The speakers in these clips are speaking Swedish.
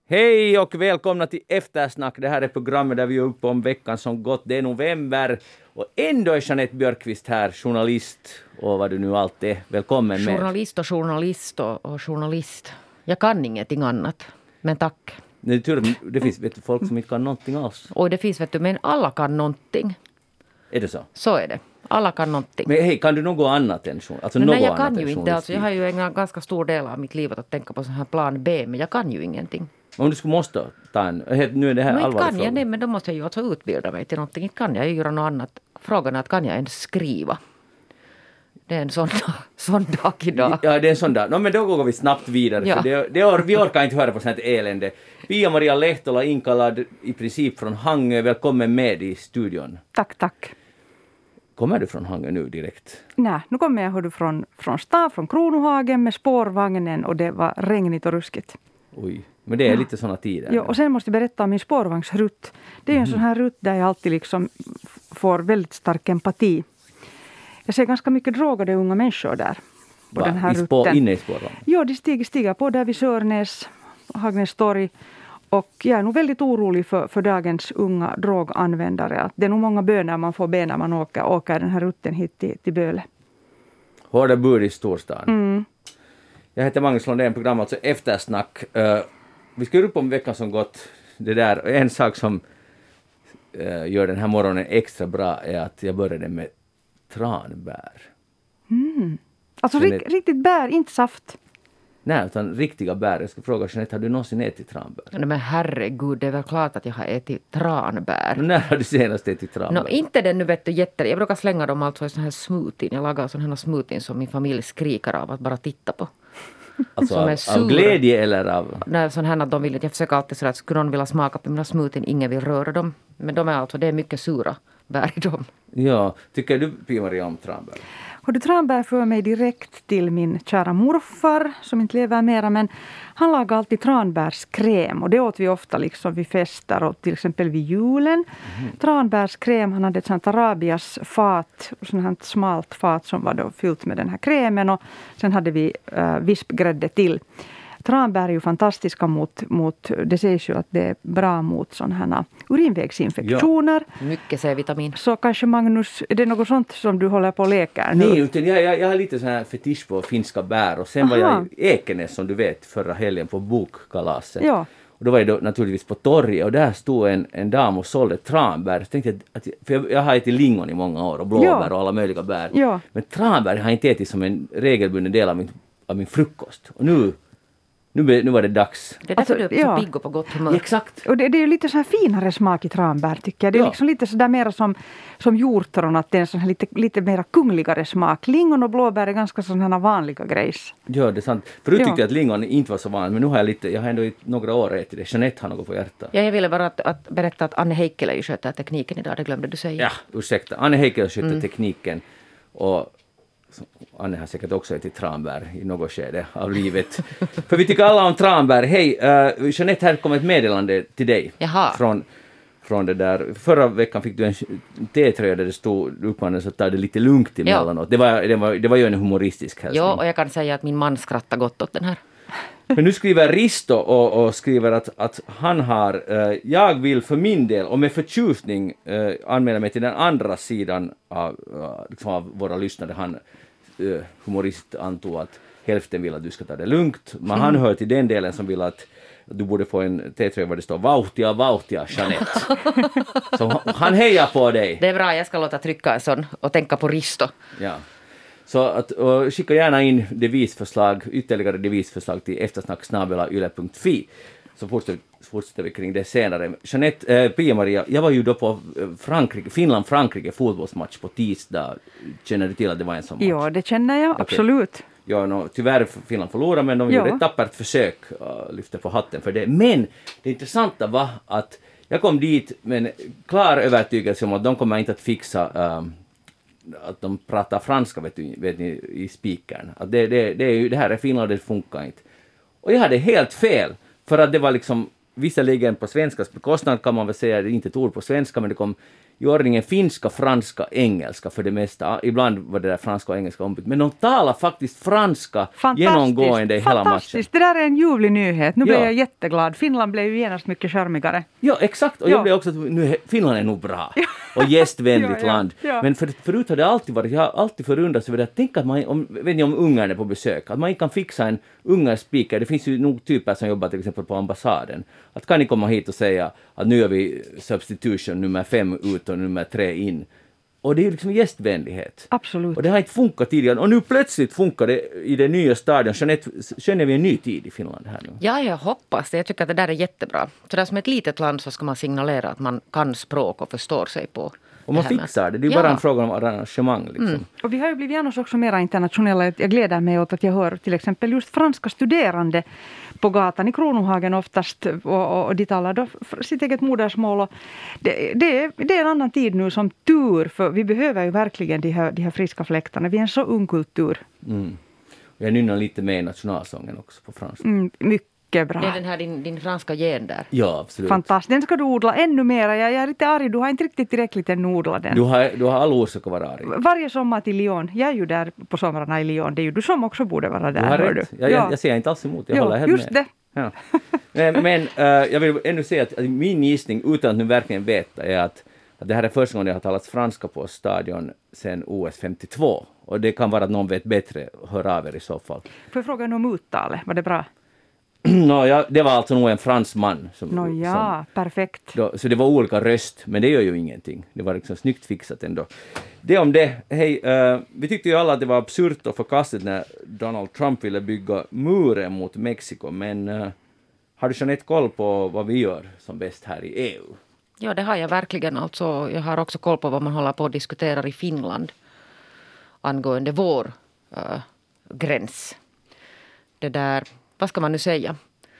Hej och välkomna till Eftersnack. Det här är programmet där vi är uppe om veckan som gått. Det är november och ändå är Jeanette Björkqvist här, journalist och vad du nu allt är. Välkommen med. Journalist och journalist. Jag kan ingenting annat, men tack. Det finns folk som inte kan någonting alls. Och det finns, men alla kan någonting. Är det så? Så är det. Alla kan någonting. Men hej, kan du något annat än alltså, nej, jag kan ju inte. Alltså, jag har ju en ganska stor del av mitt liv att tänka på sån här plan B, men jag kan ju ingenting. Om du måste ta en... Nu är det här allvarligt. Men kan jag, nej, men då måste jag ju alltså utbilda mig till någonting. Inte kan jag göra något annat. Frågan är att kan jag ens skriva? Det är en sån dag idag. Ja, det är en sån dag. Men då går vi snabbt vidare. Ja. För vi orkar inte höra på sånt elände. Pia-Maria Lehtola inkallad i princip från Hangö. Välkommen med i studion. Tack. Kommer du från Hangö nu direkt? Nej, nu kommer jag från stan, från Kronohagen med spårvagnen och det var regnigt och ruskigt. Oj, men det är lite såna tider. Ja, och sen måste jag berätta om min spårvagnsrutt. Det är en sån här rutt där jag alltid liksom får väldigt stark empati. Jag ser ganska mycket drogade unga människor där. På den här rutten. Inne i spårvagnen? Ja, de stiger på där vid Sörnäs, Hagnäs torg. Och jag är nog väldigt orolig för dagens unga droganvändare. Det är nog många böner man får be när man åker den här rutten hit till Böle. Hårda bur i storstan. Jag heter Magnus Lundén, program alltså Eftersnack. Vi ska upp om veckan som gått. Det där. En sak som gör den här morgonen extra bra är att jag började med tranbär. Alltså riktigt bär, inte saft. Nej, utan riktiga bär. Jag ska fråga Jeanette, har du någonsin ätit tranbär? Nej, men herregud, det är väl klart att jag har ätit tranbär. När har du senast ätit tranbär? Inte den nu vet du jag brukar slänga dem alltså i sån här smoothie. Jag lagar sån här smoothie som min familj skriker av att bara titta på. Alltså av glädje eller av... Nej, sån här att de vill inte. Jag försöker alltid sådär att skulle någon vilja smaka på mina smoothien, ingen vill röra dem. Men de är alltså, det är mycket sura bär i dem. Ja, tycker du Pia-Maria om tranbär? Och du tranbär för mig direkt till min kära morfar som inte lever mera, men han lagar alltid tranbärskräm och det åt vi ofta liksom vid fester och till exempel vid julen. Tranbärskräm, han hade ett sånt Arabias fat, sånt här smalt fat som var då fyllt med den här krämen och sen hade vi vispgrädde till. Tranbär är ju fantastiska mot det sägs ju att det är bra mot sådana här urinvägsinfektioner. Ja, mycket C-vitamin. Så kanske Magnus, är det något sånt som du håller på och leker nu? Nej, utan jag har lite sån här fetisch på finska bär och sen var jag i Ekenäs som du vet förra helgen på bokkalaset. Ja. Och då var jag då naturligtvis på torget och där stod en dam och sålde tranbär. Så tänkte jag för jag har ätit lingon i många år och blåbär och alla möjliga bär. Ja. Men tranbär har jag inte ätit som en regelbunden del av min frukost. Och nu var det dags. Det är därför du är så pigg och på gott humör. Exakt. Och det är ju lite så här finare smak i tranbär tycker jag. Det är liksom lite så där mera som hjortron, att det är en sån här lite mera kungligare smak. Lingon och blåbär är ganska sådana här vanliga grejs. Ja, det är sant. Förut tyckte jag att lingon inte var så vanligt, men nu har jag har ändå i några år ätit det. Jeanette har något på hjärtat. Ja, jag ville bara att berätta att Anne Heikkilä ju sköter tekniken idag, det glömde du säga. Ja, ursäkta. Anne Heikkilä sköter tekniken och Anne har säkert också ätit tranbär i något skede av livet. För vi tycker alla om tranbär. Hej, Jeanette, här kommer ett meddelande till dig. Jaha. Från det där. Förra veckan fick du en T-tröja där det stod uppmanades att ta det lite lugnt emellanåt. Det var ju en humoristisk hälsning. Ja, och jag kan säga att min man skrattar gott åt den här. Men nu skriver Risto och skriver att han har, jag vill för min del och med förtjusning anmäla mig till den andra sidan av våra lyssnare. Han humorist antog att hälften vill att du ska ta det lugnt. Men han hör till den delen som vill att du borde få en T-tröja där det står Vauhtia, Jeanette. Så han hejar på dig. Det är bra, jag ska låta trycka en sån och tänka på Risto. Ja. Så skicka gärna in ytterligare devisförslag till eftersnack@yle.fi. Så fortsätter vi kring det senare. Jeanette, Pia-Maria, jag var ju då på Finland-Frankrike fotbollsmatch på tisdag. Känner du till att det var en sån match? Ja, det känner jag, absolut. Okay. Ja, tyvärr Finland förlorade, men de gjorde ett tappert försök att lyfta på hatten för det. Men det intressanta var att jag kom dit med en klar övertygelse om att de kommer inte att fixa att de pratar franska vet ni, i speakern. Att det här är Finland, det funkar inte. Och jag hade helt fel, för att det var liksom visserligen på svenskas bekostnad kan man väl säga, det är inte ett ord på svenska, men det kom i ordningen finska, franska, engelska för det mesta. Ibland var det där franska och engelska ombytt. Men de talar faktiskt franska genomgående i hela matchen. Fantastiskt, det där är en ljuvlig nyhet. Nu blev jag jätteglad. Finland blev ju genast mycket charmigare. Ja, exakt. Och jag blev också att nu, Finland är nog bra. Och gästvänligt land. Men förut har det alltid varit, jag har alltid förundrats över det. Tänk att man, vet ni om Ungern är på besök, att man inte kan fixa en ungersk-speaker. Det finns ju nog typer som jobbar till exempel på ambassaden. Att kan ni komma hit och säga att nu är vi substitution nummer 5 ut och nummer 3 in. Och det är ju liksom gästvänlighet. Absolut. Och det har inte funkat tidigare. Och nu plötsligt funkar det i det nya stadion. Känner vi en ny tid i Finland här nu? Ja, jag hoppas det. Jag tycker att det där är jättebra. Så där som ett litet land så ska man signalera att man kan språk och förstår sig på. Och man fixar det. Det är ju bara en fråga om arrangemang. Liksom. Och vi har ju blivit annars också mer internationella. Jag gläder mig åt att jag hör till exempel just franska studerande på gatan i Kronohagen oftast. Och de talar då sitt eget modersmål. Och det är en annan tid nu som tur. För vi behöver ju verkligen de här friska fläktarna. Vi är en så ung kultur. Jag nynnar lite med i nationalsången också på franska. Mycket bra. Det är den här din franska gen där. Ja, absolut. Fantastiskt. Den ska du odla ännu mer. Jag är lite arg. Du har inte riktigt tillräckligt ännu odlat den. Du har all orsak att vara arg. Varje sommar till Lyon. Jag är ju där på somrarna i Lyon. Det är ju du som också borde vara där. Du har rätt. Jag ser inte alls emot. Jag håller helt just med. Det. Ja. Men jag vill ännu säga att min gissning, utan att nu verkligen veta, är att det här är första gången det har talats franska på stadion sedan OS 52. Och det kan vara att någon vet bättre. Hör av er i så fall. Får jag fråga om uttalet? Var det bra? Det var alltså nog en fransman. Perfekt. Så det var olika röst, men det gör ju ingenting. Det var liksom snyggt fixat ändå. Det om det. Hej, vi tyckte ju alla att det var absurt och förkastigt när Donald Trump ville bygga muren mot Mexiko. Men har du Jeanette koll på vad vi gör som bäst här i EU? Ja, det har jag verkligen. Alltså, jag har också koll på vad man håller på att diskutera i Finland angående vår gräns. Det där, vad ska man nu säga?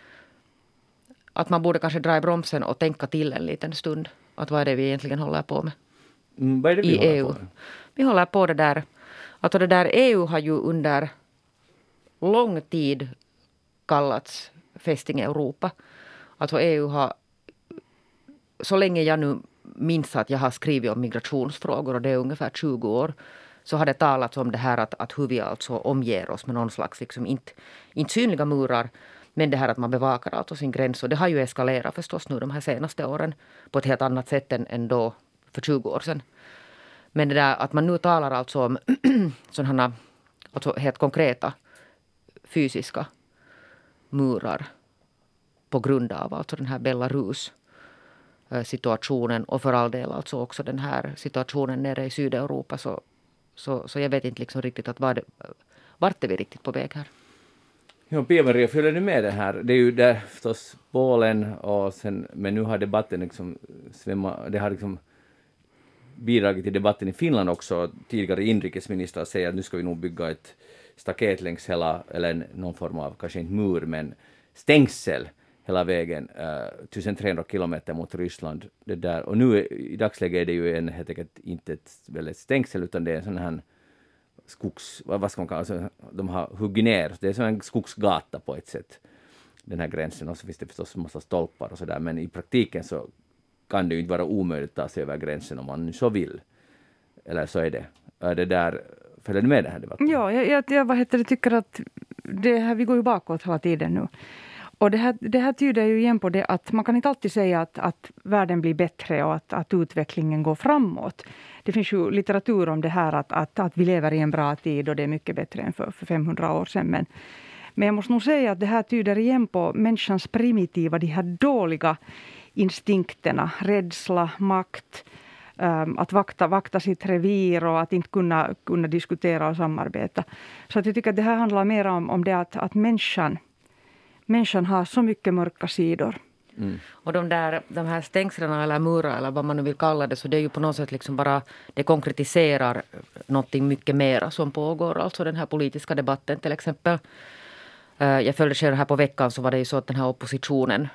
Att man borde kanske dra i bromsen och tänka till en liten stund. Att vad är det vi egentligen håller på med vad är det vi i håller EU? På med? Vi håller på det där. Alltså det där EU har ju under lång tid kallats Fästing Europa. Alltså EU har, så länge jag nu minns att jag har skrivit om migrationsfrågor, och det är ungefär 20 år, så har det talats om det här att hur vi alltså omger oss med någon slags liksom inte synliga murar, men det här att man bevakar alltså sin gräns. Och det har ju eskalerat förstås nu de här senaste åren på ett helt annat sätt än då för 20 år sedan. Men det där att man nu talar alltså om sådana alltså helt konkreta fysiska murar på grund av alltså den här Belarus-situationen, och för all del alltså också den här situationen nere i Sydeuropa, så jag vet inte liksom riktigt att vart är vi riktigt på väg här. Ja, Pia-Maria, följer du med det här? Det är ju där förstås Polen och sen, men nu har debatten liksom det har liksom bidragit till debatten i Finland också. Tidigare inrikesministrar säger att nu ska vi nog bygga ett staket längs hela, eller någon form av, kanske inte mur, men stängsel hela vägen 1300 kilometer mot Ryssland. Det där. Och nu i dagsläget är det ju helt enkelt inte ett stängsel, utan det är en sån här vad ska man kalla, alltså, de har huggit ner. Det är som en skogsgata på ett sätt, den här gränsen. Och så finns det förstås en massa stolpar och sådär. Men i praktiken så kan det ju inte vara omöjligt att ta sig över gränsen om man så vill. Eller så är det. Det där, följer du med den här debatten? Ja, jag tycker att det här, vi går ju bakåt hela tiden nu. Och det här tyder ju igen på det att man kan inte alltid säga att världen blir bättre och att utvecklingen går framåt. Det finns ju litteratur om det här att vi lever i en bra tid och det är mycket bättre än för 500 år sedan. Men jag måste nog säga att det här tyder igen på människans primitiva, de här dåliga instinkterna, rädsla, makt, att vakta sitt revir och att inte kunna diskutera och samarbeta. Så att jag tycker att det här handlar mer om det att människan har så mycket mörka sidor. Mm. Och de här stängslarna eller murar eller vad man nu vill kalla det, så det är ju på något sätt liksom bara, det konkretiserar någonting mycket mera som pågår. Alltså den här politiska debatten till exempel. Jag följde själv här på veckan, så var det ju så att den här oppositionen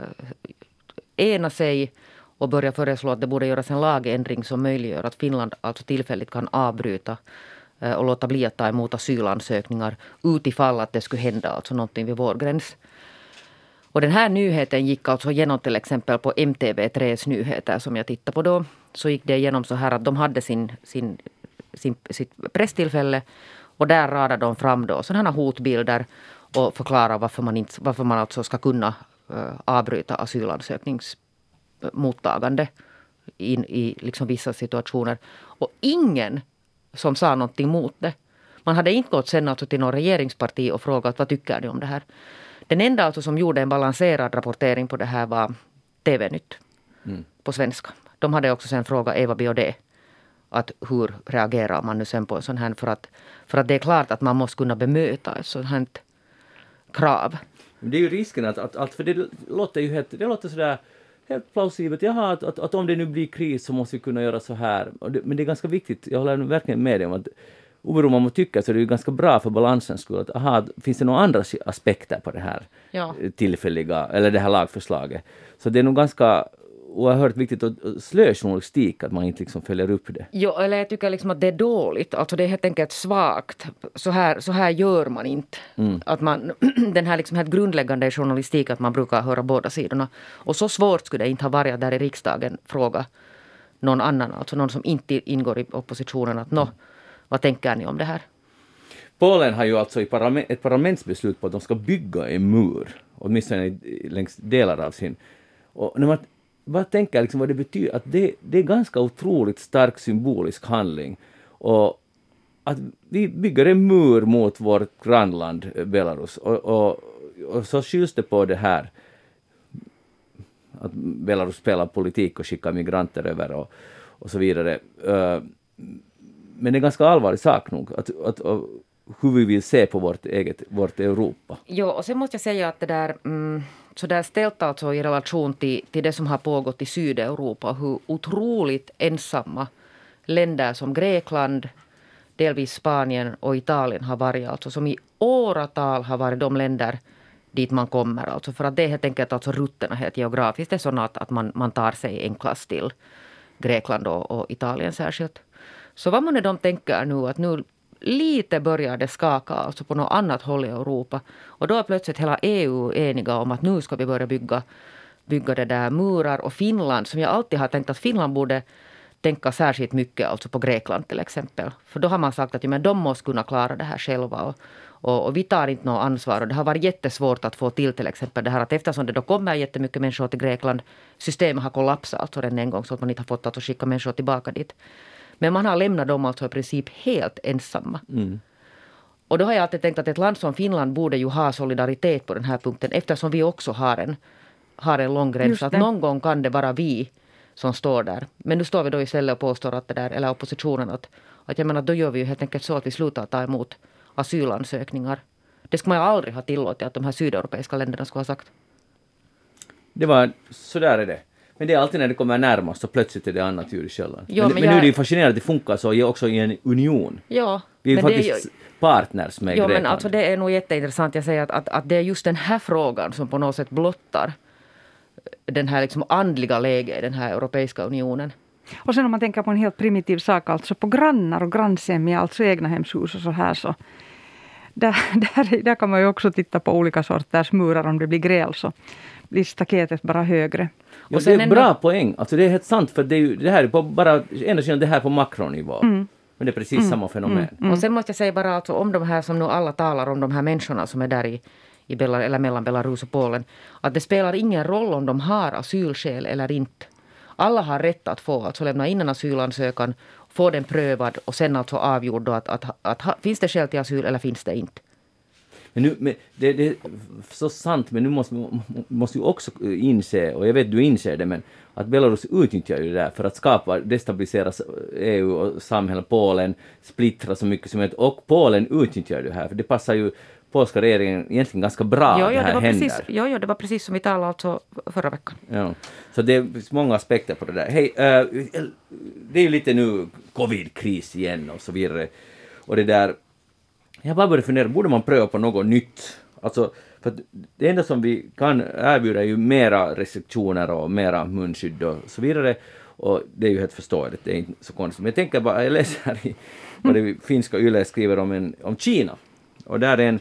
ena sig och börja föreslå att det borde göras en lagändring som möjliggör att Finland alltså tillfälligt kan avbryta och låta bli att ta emot asylansökningar utifall att det skulle hända alltså någonting vid vår gräns. Och den här nyheten gick alltså igenom till exempel på MTV3s nyheter som jag tittade på då. så gick det igenom så här att de hade sitt presstillfälle och där radade de fram då sådana här hotbilder och förklara varför man alltså ska kunna avbryta asylansökningsmottagande i liksom vissa situationer. Och ingen som sa någonting mot det. Man hade inte gått sen alltså till någon regeringsparti och frågat vad tycker ni om det här. Den enda alltså som gjorde en balanserad rapportering på det här var TV-nytt på svenska. De hade också sen frågat Eva Biaudet att hur reagerar man nu sen på en sån här för att det är klart att man måste kunna bemöta ett sånt här krav. Det är ju risken att för det låter sådär helt plausibelt. Jaha, att om det nu blir kris så måste vi kunna göra så här. Men det är ganska viktigt, jag håller verkligen med dig om att oberoende om man tycker så är det ju ganska bra för balansens skull att finns det några andra aspekter på det här tillfälliga eller det här lagförslaget. Så det är nog ganska oerhört viktigt att slö journalistik, att man inte liksom följer upp det. Jo, eller jag tycker liksom att det är dåligt. Alltså det är helt enkelt svagt. Så här gör man inte. Att man, den här liksom helt grundläggande journalistik att man brukar höra båda sidorna. Och så svårt skulle det inte ha varit där i riksdagen fråga någon annan, alltså någon som inte ingår i oppositionen att vad tänker ni om det här? Polen har ju alltså ett parlamentsbeslut på att de ska bygga en mur, åtminstone längs delar av sin. Och när man bara tänker liksom vad det betyder, att det är ganska otroligt stark symbolisk handling. Och att vi bygger en mur mot vårt grannland Belarus. Och så skylls det på det här att Belarus spelar politik och skickar migranter över och så vidare. Men det är ganska allvarlig sak nog att hur vi vill se på vårt Europa. Jo, och sen måste jag säga att det där så där ställt alltså i relation till det som har pågått i Sydeuropa, hur otroligt ensamma länder som Grekland, delvis Spanien och Italien har varit, alltså som i åratal har varit de länder dit man kommer, alltså för att det är helt enkelt alltså rutterna helt geografiskt, det är sådana att man tar sig enklast till Grekland och Italien särskilt. Så vad man är de tänker nu, att nu lite börjar det skaka alltså på något annat håll i Europa. Och då är plötsligt hela EU eniga om att nu ska vi börja bygga det där murar. Och Finland, som jag alltid har tänkt att Finland borde tänka särskilt mycket alltså på Grekland till exempel. För då har man sagt att men de måste kunna klara det här själva. Och vi tar inte något ansvar. Och det har varit jättesvårt att få till exempel det här att eftersom det då kommer jättemycket människor till Grekland, systemet har kollapsat alltså redan en gång så att man inte har fått att skicka människor tillbaka dit. Men man har lämnat dem alltså i princip helt ensamma. Och då har jag alltid tänkt att ett land som Finland borde ju ha solidaritet på den här punkten. Eftersom vi också har en lång gräns. Att någon gång kan det vara vi som står där. Men nu står vi då istället och påstår att det där, eller oppositionen, att jag menar då gör vi ju helt enkelt så att vi slutar ta emot asylansökningar. Det ska man ju aldrig ha tillåtit att de här sydeuropeiska länderna skulle ha sagt. Det var, så där är det. Men det är alltid när det kommer närmast så plötsligt är det annat ljud i skällan. Men nu är det ju fascinerande att det funkar så också i en union. Ja, vi är faktiskt partners med Grekland. Men alltså det är nog jätteintressant. Jag säger att det är just den här frågan som på något sätt blottar den här liksom andliga läget i den här Europeiska unionen. Och sen om man tänker på en helt primitiv sak, alltså på grannar och grannsämja, alltså egna hemshus och så här så. Där kan man ju också titta på olika sorters murar om det blir gräl så blir staketet bara högre. Ja, det är en bra poäng. Alltså det är helt sant för det här är på bara enda sidan det här på makronivå. Men det är precis samma fenomen. Och sen måste jag säga bara alltså om de här som nu alla talar om, de här människorna som är där i eller mellan Belarus och Polen, att det spelar ingen roll om de har asylskäl eller inte. Alla har rätt att få alltså lämna in en asylansökan, få den prövad och sen alltså avgjord då att finns det skäl till asyl eller finns det inte. Men det är så sant, men nu måste ju också inse, och jag vet du inser det, men att Belarus utnyttjar ju det där för att destabilisera EU och samhället, Polen, splittra så mycket som möjligt, och Polen utnyttjar det här, för det passar ju polska regeringen egentligen ganska bra. Det var precis som vi talade alltså förra veckan. Ja, så det finns många aspekter på det där. Hej, det är ju lite nu covid-kris igen och så vidare, och det där. Jag bara började fundera, borde man pröva på något nytt? Alltså, för det enda som vi kan erbjuda är ju mera restriktioner och mera munskydd och så vidare. Och det är ju helt förståeligt, det är inte så konstigt. Men jag tänker bara, jag läser här i vad det finska Yle skriver om Kina. Och där är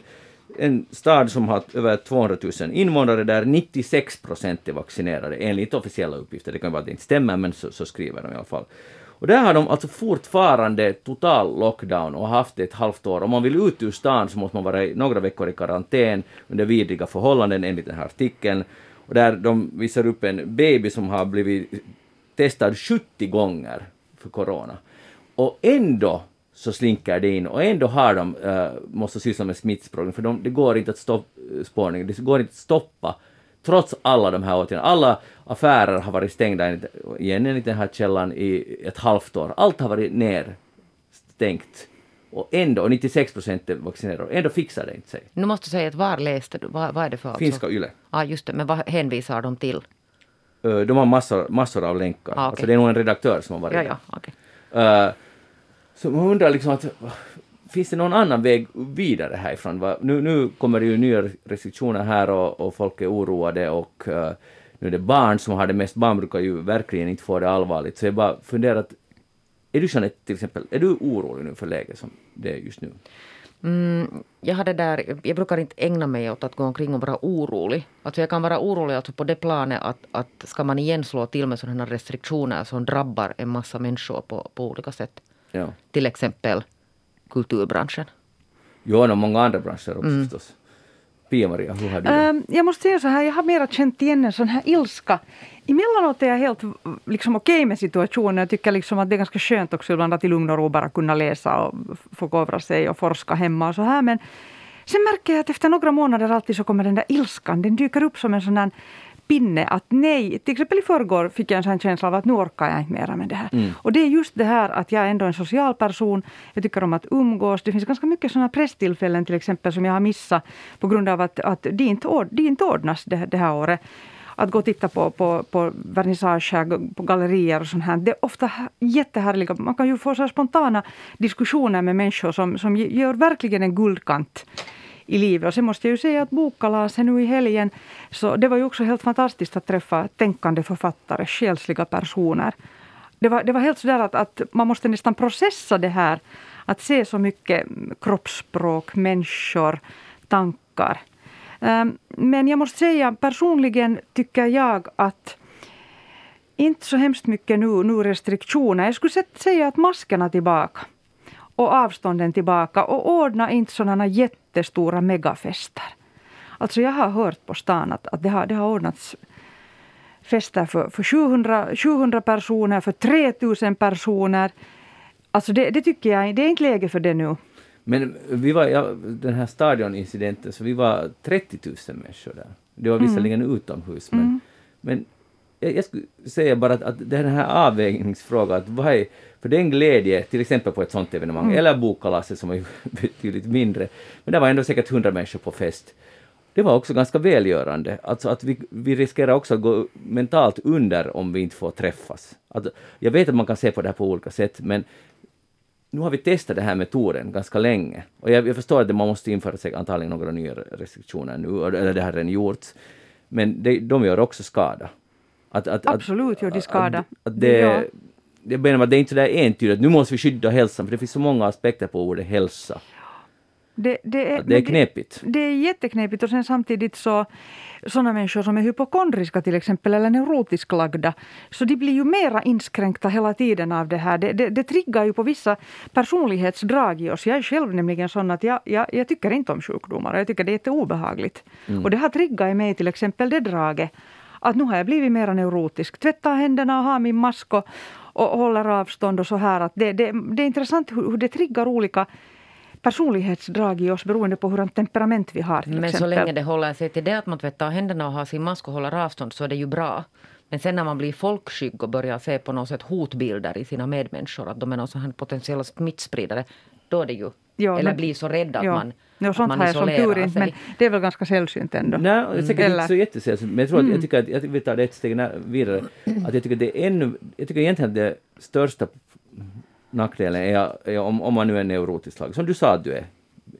en stad som har över 200 000 invånare där 96% är vaccinerade, enligt officiella uppgifter. Det kan vara att det inte stämmer, men så skriver de i alla fall. Och där har de alltså fortfarande total lockdown och haft det ett halvt år. Om man vill ut ur stan så måste man vara några veckor i karantän under vidriga förhållanden enligt den här artikeln. Och där de visar upp en baby som har blivit testad 70 gånger för corona. Och ändå så slinker det in och ändå har de måste syssla med smittspårning, för det går inte att spårning, det går inte att stoppa trots alla de här åtgärderna. Alla affärer har varit stängda igen enligt den här källan i ett halvt år. Allt har varit nerstängt. Och ändå, och 96% är vaccinerade, och ändå fixar det inte sig. Nu måste du säga att var läste du? Vad är det för? Finska Yle. Ja, just det. Men vad hänvisar de till? De har massor av länkar. Okay. Alltså det är nog en redaktör som har varit där. Ja, okej. Så man undrar liksom att finns det någon annan väg vidare härifrån? Nu kommer det ju nya restriktioner här och folk är oroade och nu är det barn som har det mest. Barn brukar ju verkligen inte få det allvarligt. Så jag bara funderar att är du, Jeanette, till exempel, är du orolig nu för läget som det är just nu? Jag brukar inte ägna mig åt att gå omkring och vara orolig. Alltså jag kan vara orolig alltså på det planet att ska man igen slå till med sådana restriktioner som drabbar en massa människor på olika sätt. Ja. Till exempel kulturbranschen. Jo, och många andra branscher också förstås. Pia-Maria, hur har du det? Jag måste säga så här, jag har mera känt igen en sån här ilska. Emellanåt är jag helt liksom okej med situationen. Jag tycker liksom att det är ganska skönt också ibland att i lugn och ro bara kunna läsa och förkovra sig och forska hemma och så här. Men sen märker jag att efter några månader alltid så kommer den där ilskan. Den dyker upp som en sån här pinne att nej. Till exempel i förrgår fick jag en sån känsla av att nu orkar jag inte mera med det här. Och det är just det här att jag är ändå en social person. Jag tycker om att umgås. Det finns ganska mycket sådana presstillfällen till exempel som jag har missat på grund av att det inte ordnas det här året. Att gå och titta på vernissage här, på gallerier och sånt här. Det är ofta jättehärliga. Man kan ju få så spontana diskussioner med människor som gör verkligen en guldkant i livet. Och sen måste jag ju säga att bokkalasen nu i helgen, så det var ju också helt fantastiskt att träffa tänkande författare, själsliga personer. Det var helt sådär att man måste nästan processa det här, att se så mycket kroppsspråk, människor, tankar. Men jag måste säga, personligen tycker jag att inte så hemskt mycket nu restriktioner. Jag skulle säga att maskerna tillbaka och avstånden tillbaka och ordna inte sådana jättestora megafester. Alltså jag har hört på stan att det har ordnats fester för 700 personer, för 3000 personer. Alltså det tycker jag, det är inte läge för det nu. Men vi var, den här stadionincidenten, så vi var 30 000 människor där. Det var visserligen utomhus, men jag skulle säga bara att det är den här avvägningsfrågan, att vad är, för det är en glädje till exempel på ett sånt evenemang, eller bokkalaset som är betydligt mindre, men det var ändå säkert 100 människor på fest. Det var också ganska välgörande, alltså att vi riskerar också att gå mentalt under om vi inte får träffas. Jag vet att man kan se på det här på olika sätt, men nu har vi testat det här metoden ganska länge. Och jag förstår att man måste införa sig antagligen några nya restriktioner nu, eller det har redan gjorts. Men de gör också skada. Absolut gör de skada. Jag menar att det är inte så där entydigt. Nu måste vi skydda hälsan, för det finns så många aspekter på ordet hälsa. Det är knepigt. Det är jätteknepigt, och sen samtidigt sådana människor som är hypokondriska till exempel eller neurotiskt lagda, så de blir ju mera inskränkta hela tiden av det här. Det triggar ju på vissa personlighetsdrag i oss. Jag är själv nämligen sån att jag tycker inte om sjukdomar. Jag tycker det är jätteobehagligt. Och det har triggat i mig till exempel det draget att nu har jag blivit mera neurotisk. Tvättar händerna och har min mask och håller avstånd och så här. Att det är intressant hur det triggar olika personlighetsdrag i oss beroende på hur temperament vi har. Till men exempel. Så länge det håller sig till det att man tvättar händerna och har sin mask och håller avstånd, så är det ju bra. Men sen när man blir folkskygg och börjar se på något sätt hotbilder i sina medmänniskor, att de är någon sån här potentiella smittspridare, då är det ju, eller blir så rädd att man isolerar sig. Men det är väl ganska sällsynt ändå. Nej, det är säkert inte så jättesällsynt. Men jag tror att jag tycker att jag vill ta det ett steg vidare. Att jag tycker egentligen att det största nackdelen är om man nu är neurotisk slag, som du sa att du är.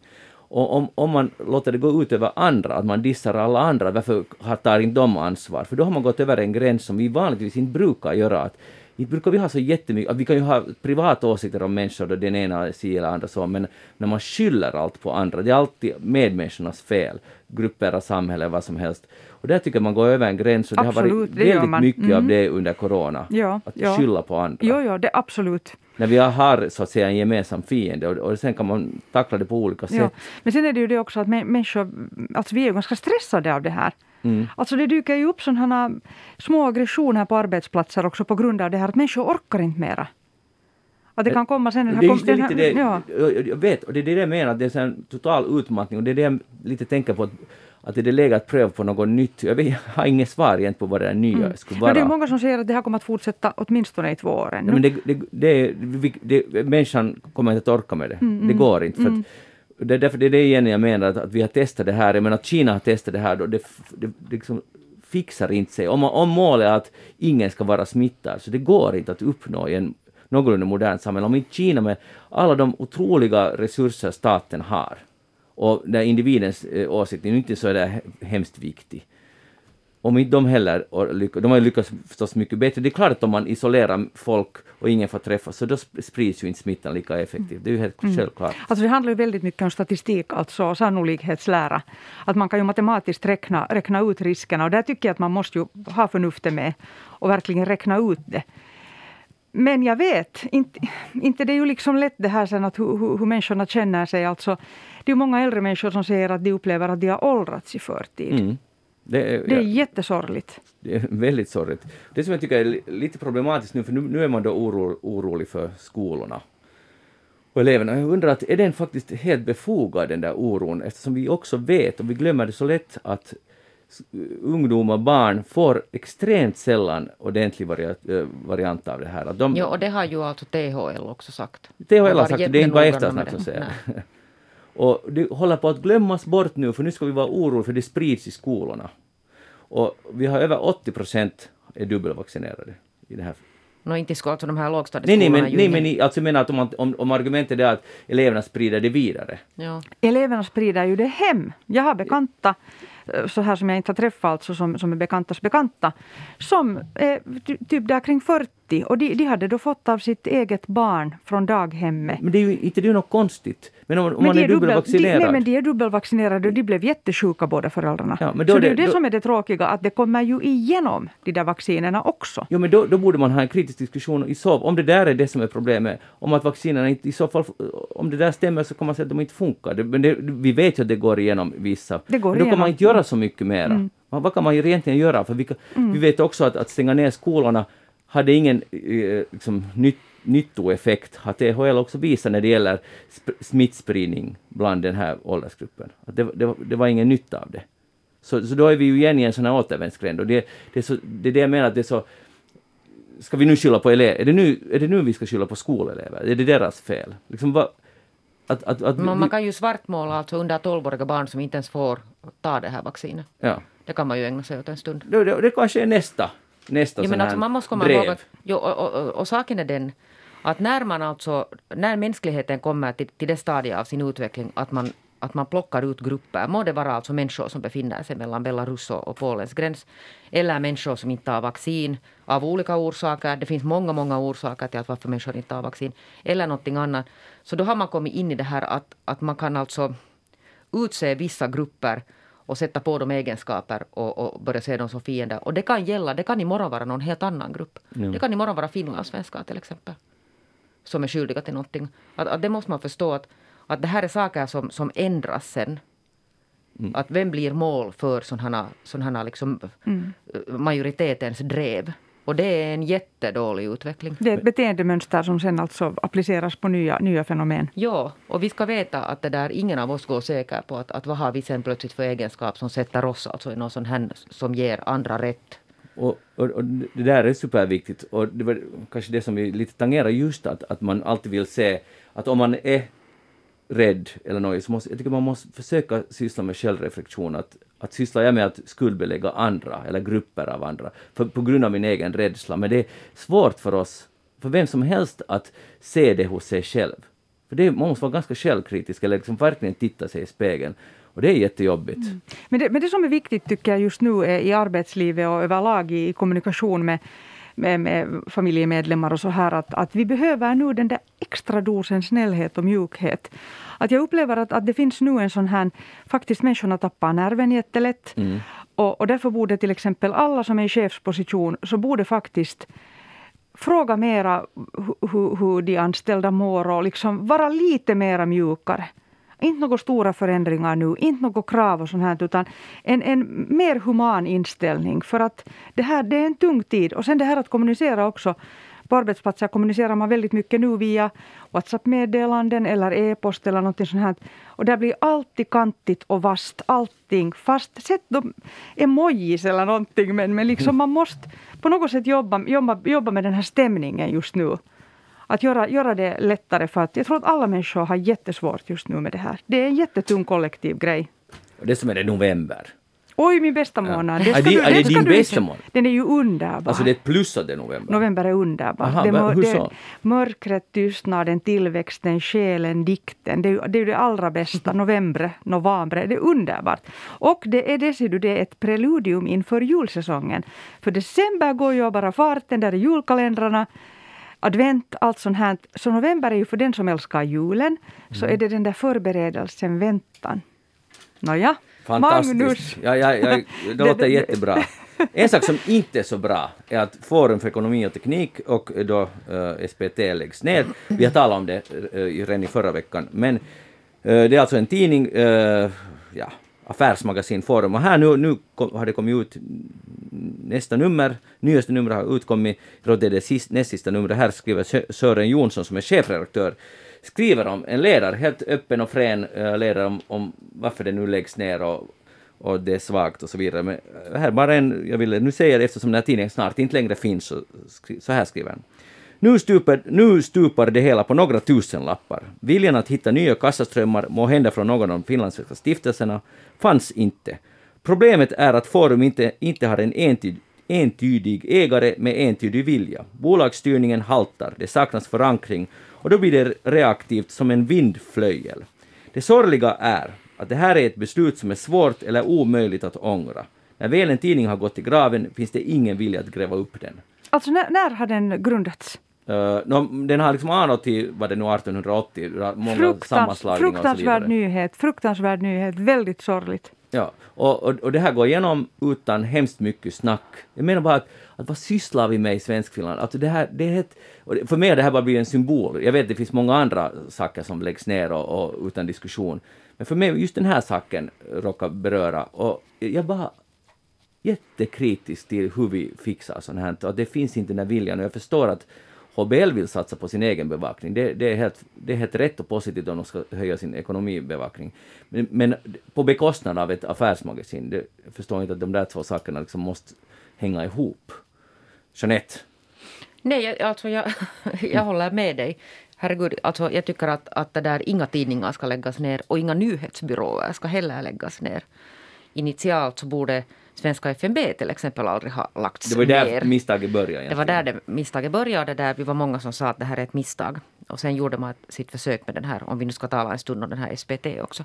Och om man låter det gå ut över andra, att man dissar alla andra, varför tar inte de ansvar? För då har man gått över en gräns som vi vanligtvis inte brukar göra. Att inte brukar vi ha så jättemycket, att vi kan ju ha privata åsikter om människor då den ena sidan eller andra så, men när man skyller allt på andra, det är alltid medmänniskornas fel, grupper av samhället, vad som helst. Och där tycker man går över en gräns och absolut, det har varit väldigt mycket av det under corona, att skylla på andra. Jo, det absolut. När vi har så att säga en gemensam fiende och sen kan man tackla det på olika sätt. Ja. Men sen är det ju det också att människor, alltså vi är ju ganska stressade av det här. Alltså det dyker ju upp sådana små aggressioner på arbetsplatser också på grund av det här att människor orkar inte mera. Att det kan komma sen jag vet, och det är det jag menar, det är en total utmattning och det är det jag lite tänker på att det är läge att pröva på något nytt. Jag har inget svar egentligen på vad det nya skulle vara. Men det är många som säger att det här kommer att fortsätta åtminstone i 2 år ännu. Men människan kommer inte att orka med det. Det går inte. För det är därför det är det igen jag menar att vi har testat det här. Jag menar att Kina har testat det här. Då det liksom fixar inte sig. Om målet är att ingen ska vara smittad så det går inte att uppnå i en någorlunda modern samhälle. Om inte Kina med alla de otroliga resurser staten har och där individens åsikt är inte så är det hemskt viktig. Om inte de heller, de har lyckats förstås mycket bättre. Det är klart att om man isolerar folk och ingen får träffas så då sprids ju inte smittan lika effektivt. Det är ju helt självklart. Alltså det handlar ju väldigt mycket om statistik, alltså sannolikhetslära. Att man kan ju matematiskt räkna ut riskerna och där tycker jag att man måste ju ha förnuftet med och verkligen räkna ut det. Men jag vet, inte det är ju liksom lätt det här sen att hur människorna känner sig. Alltså, det är ju många äldre människor som säger att de upplever att de har åldrats i förtid. Det är jättesorgligt. Det är väldigt sorgligt. Det som jag tycker är lite problematiskt nu, för nu är man då orolig för skolorna och eleverna. Jag undrar att är den faktiskt helt befogad den där oron, eftersom vi också vet och vi glömmer det så lätt att ungdomar, barn får extremt sällan ordentlig variant av det här. Att och det har ju alltså THL också sagt. THL har sagt, det är inte bara eftersnack så att säga. Och det håller på att glömmas bort nu, för nu ska vi vara oroliga för det sprids i skolorna. Och vi har över 80% är dubbelvaccinerade i det här. Inte ska alltså de här lågstadieskolorna men alltså jag menar att om argumentet är att eleverna sprider det vidare. Ja. Eleverna sprider ju det hem. Jag har bekanta, så här som jag inte har träffat, alltså som är bekantas bekanta, som är typ där kring 40 och de hade då fått av sitt eget barn från daghemmet. Men det är ju inte något konstigt. Men om man är dubbelvaccinerad. Men de är dubbelvaccinerade och de blev jättesjuka båda föräldrarna. Ja, men så det är det som är det tråkiga, att det kommer ju igenom de där vaccinerna också. Jo, men då borde man ha en kritisk diskussion om det där är det som är problemet. Om att vaccinerna inte i så fall, om det där stämmer så kan man säga att de inte funkar. Vi vet ju att det går igenom vissa. Men då kan man inte göra så mycket mera. Vad kan man ju egentligen göra? För vi vet också att stänga ner skolorna hade ingen liksom, nyttoeffekt, har THL också visat när det gäller smittspridning bland den här åldersgruppen. Att det var ingen nytta av det. Så då är vi ju igen i en sån här återvändsgränd. Och det är det jag menar att det är så. Ska vi nu skylla på elever? Är det nu vi ska skylla på skolelever? Är det deras fel? Liksom, man kan ju svartmåla alltså under 12-åriga barn som inte ens får ta det här vaccinet. Ja. Det kan man ju ägna sig åt en stund. Det kanske är nästa sån här man måste komma ihåg och saken är den att när mänskligheten kommer till det stadiet av sin utveckling att man plockar ut grupper, må det vara alltså människor som befinner sig mellan Belarus och Polens gräns eller människor som inte tar vaccin av olika orsaker, det finns många orsaker till att varför människor inte tar vaccin eller någonting annat, så då har man kommit in i det här att man kan alltså utse vissa grupper och sätta på dem egenskaper och börja se dem som fiender. Och det kan imorgon vara någon helt annan grupp. Det kan imorgon vara finlandssvenskar till exempel. Som är skyldiga till någonting. Att det måste man förstå att det här är saker som ändras sen. Att vem blir mål för sådana liksom majoritetens drev. Och det är en jättedålig utveckling. Det är ett beteendemönster som sen alltså appliceras på nya fenomen. Ja, och vi ska veta att det där ingen av oss går säker på att vad har vi sen plötsligt för egenskap som sätter oss alltså i någon sån här som ger andra rätt. Och det där är superviktigt. Och det var kanske det som vi lite tangerar just att man alltid vill se att om man är rädd eller något så jag tycker man måste försöka syssla med självreflektion. Att syssla jag med att skuldbelägga andra eller grupper av andra på grund av min egen rädsla. Men det är svårt för oss, för vem som helst, att se det hos sig själv. För man måste vara ganska självkritisk eller liksom verkligen titta sig i spegeln. Och det är jättejobbigt. Men det som är viktigt tycker jag just nu är i arbetslivet och överlag i kommunikation med familjemedlemmar och så här att vi behöver nu den där extra dosen snällhet och mjukhet. Att jag upplever att det finns nu en sån här, faktiskt människorna tappar nerven jättelätt. Och därför borde till exempel alla som är i chefsposition så borde faktiskt fråga mera hur de anställda mår och liksom vara lite mera mjukare. Inte några stora förändringar nu, inte några krav och sånt här, utan en mer human inställning. För att det är en tung tid. Och sen det här att kommunicera också. På arbetsplatser kommunicerar man väldigt mycket nu via WhatsApp-meddelanden eller e-post eller något sånt här. Och där blir alltid kantigt och vast, allting. Fast sätt de emojis eller någonting, men liksom man måste på något sätt jobba med den här stämningen just nu. Att göra det lättare, för att jag tror att alla människor har jättesvårt just nu med det här. Det är en jättetung kollektiv grej. Och det som är det november. Oj, min bästa månad. Ja. Det är din bästa månad? Den är ju underbar. Alltså det är ett plus att det är november? November är underbar. Aha, hur så? Mörkret, tystnaden, tillväxten, själen, dikten. Det är ju det allra bästa. November, det är underbart. Och det är ett preludium inför julsäsongen. För december går ju bara farten, där är julkalendrarna. Advent, allt sånt här. Så november är ju för den som älskar julen. Så är det den där förberedelsen, väntan. Nåja. Fantastiskt. Magnus. Det låter jättebra. En sak som inte är så bra är att Forum för ekonomi och teknik och då SPT läggs ner. Vi har talat om det redan i förra veckan. Men det är alltså en tidning, affärsmagasin Forum. Och här nu har det kommit ut nästa nummer. Nyaste numret har utkommit. Det är det näst sista numret. Här skriver Sören Jonsson som är chefredaktör. Skriver om en ledare, helt öppen och frän ledare om varför det nu läggs ner och det är svagt och så vidare. Men här bara jag ville nu säga det, eftersom den här tidningen snart inte längre finns, så här skriver han. Nu stupar det hela på några tusenlappar. Viljan att hitta nya kassaströmmar, må hända från någon av de finlandssvenska stiftelserna, fanns inte. Problemet är att Forum inte har en entydig ägare med entydig vilja. Bolagsstyrningen haltar, det saknas förankring och då blir det reaktivt som en vindflöjel. Det sorgliga är att det här är ett beslut som är svårt eller omöjligt att ångra. När väl en tidning har gått i graven finns det ingen vilja att gräva upp den. Alltså när har den grundats? Den har liksom anat till, vad det nu 1880, många sammanslagningar och så vidare. Fruktansvärd nyhet, väldigt sorgligt. Ja, och det här går igenom utan hemskt mycket snack. Jag menar bara att vad sysslar vi med i Svenskfinland? Alltså det är för mig har det här bara blivit en symbol. Jag vet att det finns många andra saker som läggs ner och utan diskussion. Men för mig just den här saken råkar beröra. Och jag bara jättekritisk till hur vi fixar sånt här. Och det finns inte den här viljan. Och jag förstår att HBL vill satsa på sin egen bevakning. Det är helt rätt och positivt om de ska höja sin ekonomibevakning. Men på bekostnad av ett affärsmagasin. Jag förstår inte att de där två sakerna liksom måste hänga ihop. Jeanette? Nej, alltså jag håller med dig. Herregud, alltså jag tycker att det där, inga tidningar ska läggas ner och inga nyhetsbyråer ska heller läggas ner. Initialt så borde Svenska FNB till exempel aldrig ha lagts ner. Det var där misstaget började. Det var där det misstaget började. Där vi var många som sa att det här är ett misstag. Och sen gjorde man sitt försök med den här, om vi nu ska tala en stund om den här SPT också.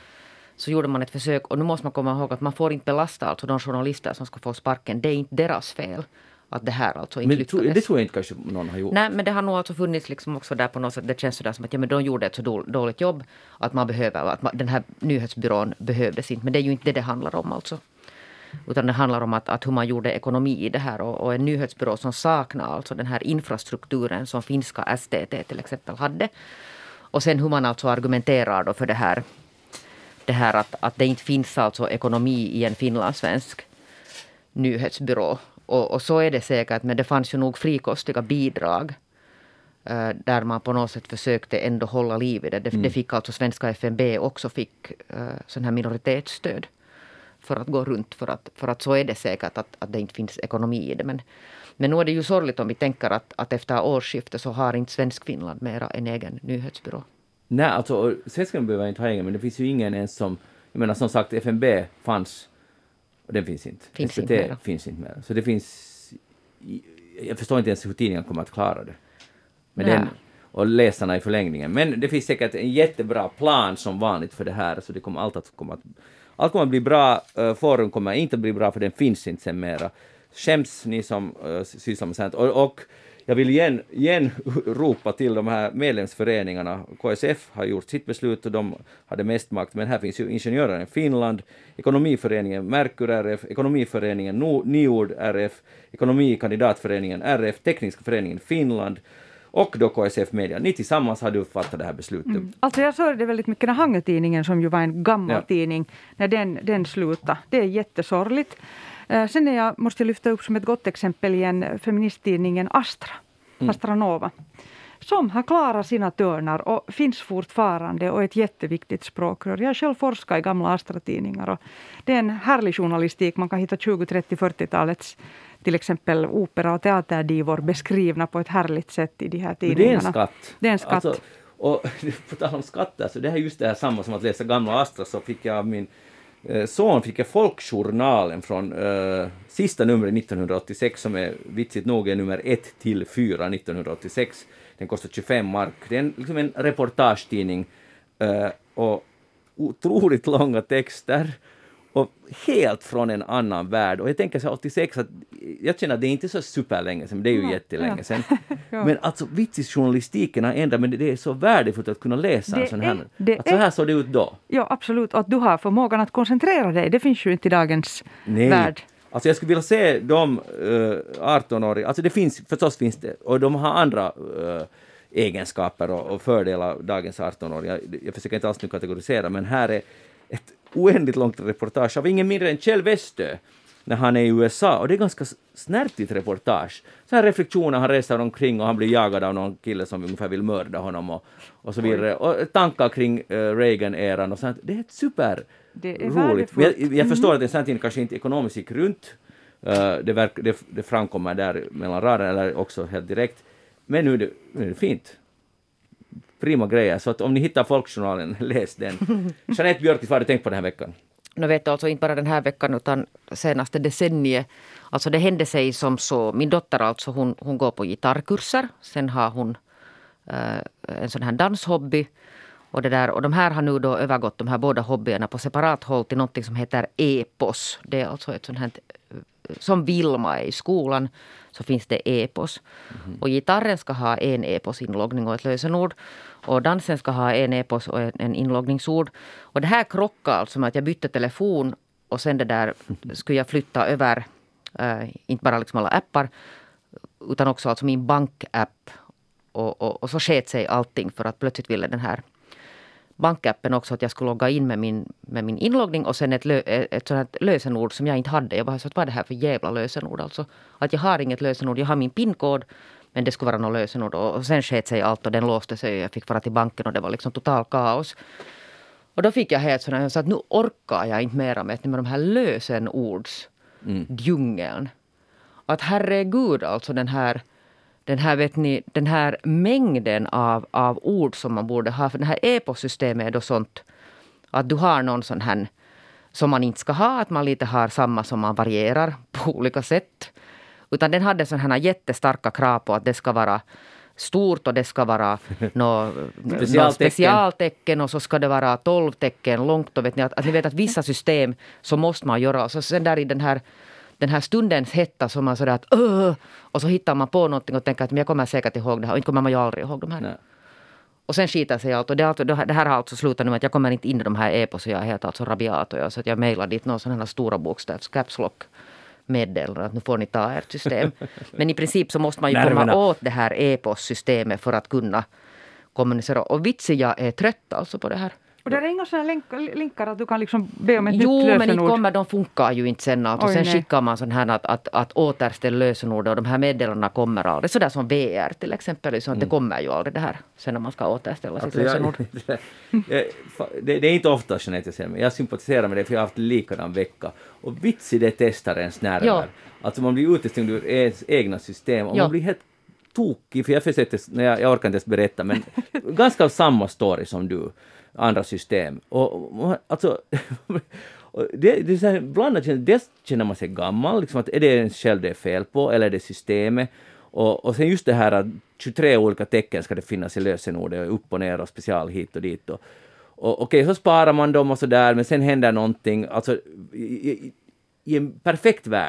Så gjorde man ett försök, och nu måste man komma ihåg att man får inte belasta alltså de journalister som ska få sparken. Det är inte deras fel att det här alltså inte lyckades. Men det tror jag inte kanske någon har gjort. Nej, men det har nog alltså funnits liksom också där på något sätt. Det känns sådär som att men de gjorde ett så dåligt jobb att man behöver, att den här nyhetsbyrån behövdes inte. Men det är ju inte det handlar om alltså. Utan det handlar om att hur man gjorde ekonomi i det här. Och en nyhetsbyrå som saknar alltså den här infrastrukturen som finska STT till exempel hade. Och sen hur man alltså argumenterar då för det här att det inte finns alltså ekonomi i en finlandssvensk nyhetsbyrå. Och så är det säkert, men det fanns ju nog frikostiga bidrag där man på något sätt försökte ändå hålla liv i det. Det fick alltså Svenska FNB också fick sån här minoritetsstöd för att gå runt. För att så är det säkert att det inte finns ekonomi i det. Men nu är det ju sorgligt om vi tänker att efter årsskiftet så har inte Svenskfinland mera en egen nyhetsbyrå. Nej, alltså Svenskarna behöver inte ha egen, men det finns ju ingen ens som, jag menar som sagt FNB fanns och den finns inte. SVT finns inte mer. Så det finns, jag förstår inte ens hur tidningen kommer att klara det. Men den, och läsarna i förlängningen. Men det finns säkert en jättebra plan som vanligt för det här, så det kommer allt kommer att bli bra. Forum kommer inte att bli bra för den finns inte sen mera. skäms ni som sysslar med sånt. Och jag vill igen ropa till de här medlemsföreningarna. KSF har gjort sitt beslut och de hade mest makt, men här finns ju Ingenjörerna i Finland, Ekonomiföreningen Merkur RF, Ekonomiföreningen Niord RF, Ekonomikandidatföreningen RF, Tekniska föreningen Finland och då KSF Media. Ni tillsammans hade uppfattat det här beslutet. Alltså jag såg det väldigt mycket när Hangetidningen, som ju var en gammal tidning, när den slutade. Det är jättesorgligt. Sen måste jag lyfta upp som ett gott exempel igen feministtidningen Astra, Astra Nova, som har klarat sina törnar och finns fortfarande och är ett jätteviktigt språkrör. Jag har själv forskat i gamla Astra-tidningar och det är en härlig journalistik. Man kan hitta 20-, 30-, 40-talets till exempel opera- och teaterdivor beskrivna på ett härligt sätt i de här tidningarna. Men det är en skatt. Det är en skatt. Alltså, och på tal om skatter, så det här är just det här samma som att läsa gamla Astra, så fick jag av min son Folkjournalen från sista numret 1986, som är vitsigt nog är nummer 1-4 1986. Den kostar 25 mark. Det är liksom en reportagetidning och otroligt långa texter och helt från en annan värld. Och jag tänker så 86 att jag känner att det är inte så superlänge sedan, men det är ju jättelänge sedan. Men alltså vitsisjournalistiken har ändrat, men det är så värdefullt att kunna läsa en sån här. Att så här såg det ut då. Ja, absolut. Att du har förmågan att koncentrera dig, det finns ju inte i dagens värld. Alltså jag skulle vilja se de 18-åriga, alltså det finns det, och de har andra egenskaper och fördelar dagens 18-åriga. Jag försöker inte alls nu kategorisera, men här är ett oändligt långt reportage av ingen mindre än Kjell Westö när han är i USA, och det är ganska snärtigt reportage. Så här reflektioner, han reser omkring och han blir jagad av någon kille som ungefär vill mörda honom och så vidare. Och tankar kring Reagan-eran och sånt. Det är ett super roligt. Jag förstår att det samtidigt kanske inte ekonomiskt gick runt. Det framkommer där mellan raderna eller också helt direkt. Men nu är det fint. Prima grejer. Så att om ni hittar Folkjournalen, läs den. Jeanette Björkqvist, vad har du tänkt på den här veckan? Nu vet jag alltså inte bara den här veckan utan senaste decenniet. Alltså det hände sig som så. Min dotter alltså hon går på gitarrkurser. Sen har hon en sån här danshobby. Och de här har nu då övergått de här båda hobbyerna på separat håll till något som heter EPOS. Det är alltså ett sånt här, som Vilma är i skolan så finns det EPOS. Och gitarren ska ha en EPOS-inloggning och ett lösenord. Och dansen ska ha en EPOS och en inloggningsord. Och det här krockar alltså med att jag bytte telefon och sen det där skulle jag flytta över inte bara liksom alla appar utan också alltså min bankapp. Och så sket sig allting för att plötsligt ville den här bankappen också att jag skulle logga in med min inloggning och sen ett sådant lösenord som jag inte hade. Jag bara så att vad är det här för jävla lösenord alltså? Att jag har inget lösenord, jag har min pinkod men det skulle vara något lösenord och sen sket sig allt och den låste sig och jag fick vara till banken och det var liksom total kaos. Och då fick jag helt sådana så att nu orkar jag inte mera med de här lösenordsdjungeln. Att herregud alltså den här vet ni, den här mängden av ord som man borde ha. För det här EPOS-systemet är då sånt att du har någon sån här som man inte ska ha. Att man lite har samma som man varierar på olika sätt. Utan den hade sån här jättestarka krav på att det ska vara stort och det ska vara något specialtecken och så ska det vara 12 tecken långt. Och vet ni, att ni vet att vissa system så måste man göra. Så sen där i den här stundens hetta som man sådär att och så hittar man på någonting och tänker att jag kommer säkert ihåg det här och inte kommer man ju aldrig ihåg de här. Nej. Och sen skitar sig allt och det här har alltså slutat nu att jag kommer inte in i de här epos och jag är helt alltså rabiat och så att jag mejlar dit någon sån här stora bokstavs caps lock meddelande att nu får ni ta ert system. Men i princip så måste man ju komma åt det här epos-systemet för att kunna kommunicera. Och vitsen jag är trött alltså på det här. Och det är inga sådana länkar att du kan liksom be om ett nytt lösenord? Jo, men inte kommer, de funkar ju inte sen. Och sen skickar man sån här att återställa lösenord och de här meddelandena kommer aldrig. Sådär som VR till exempel. Så att det kommer ju aldrig det här sen när man ska återställa sitt lösenord. Det är inte ofta Jeanette jag säger, men jag sympatiserar med det för jag har haft en likadan vecka. Och vits i det testar ens nerver. Ja. Alltså man blir utestängd ur ens egna system och man blir helt tokig. För jag försökte, jag orkar inte ens berätta, men ganska samma story som du. Andra system. Och alltså det är så här blandat, dels känner man sig gammal liksom, att är det en själv det är fel på eller är det systemet och sen just det här att 23 olika tecken ska det finnas i lösenordet upp och ner och special hit och dit och okej, så sparar man dem och så där men sen händer någonting alltså i en perfekt värld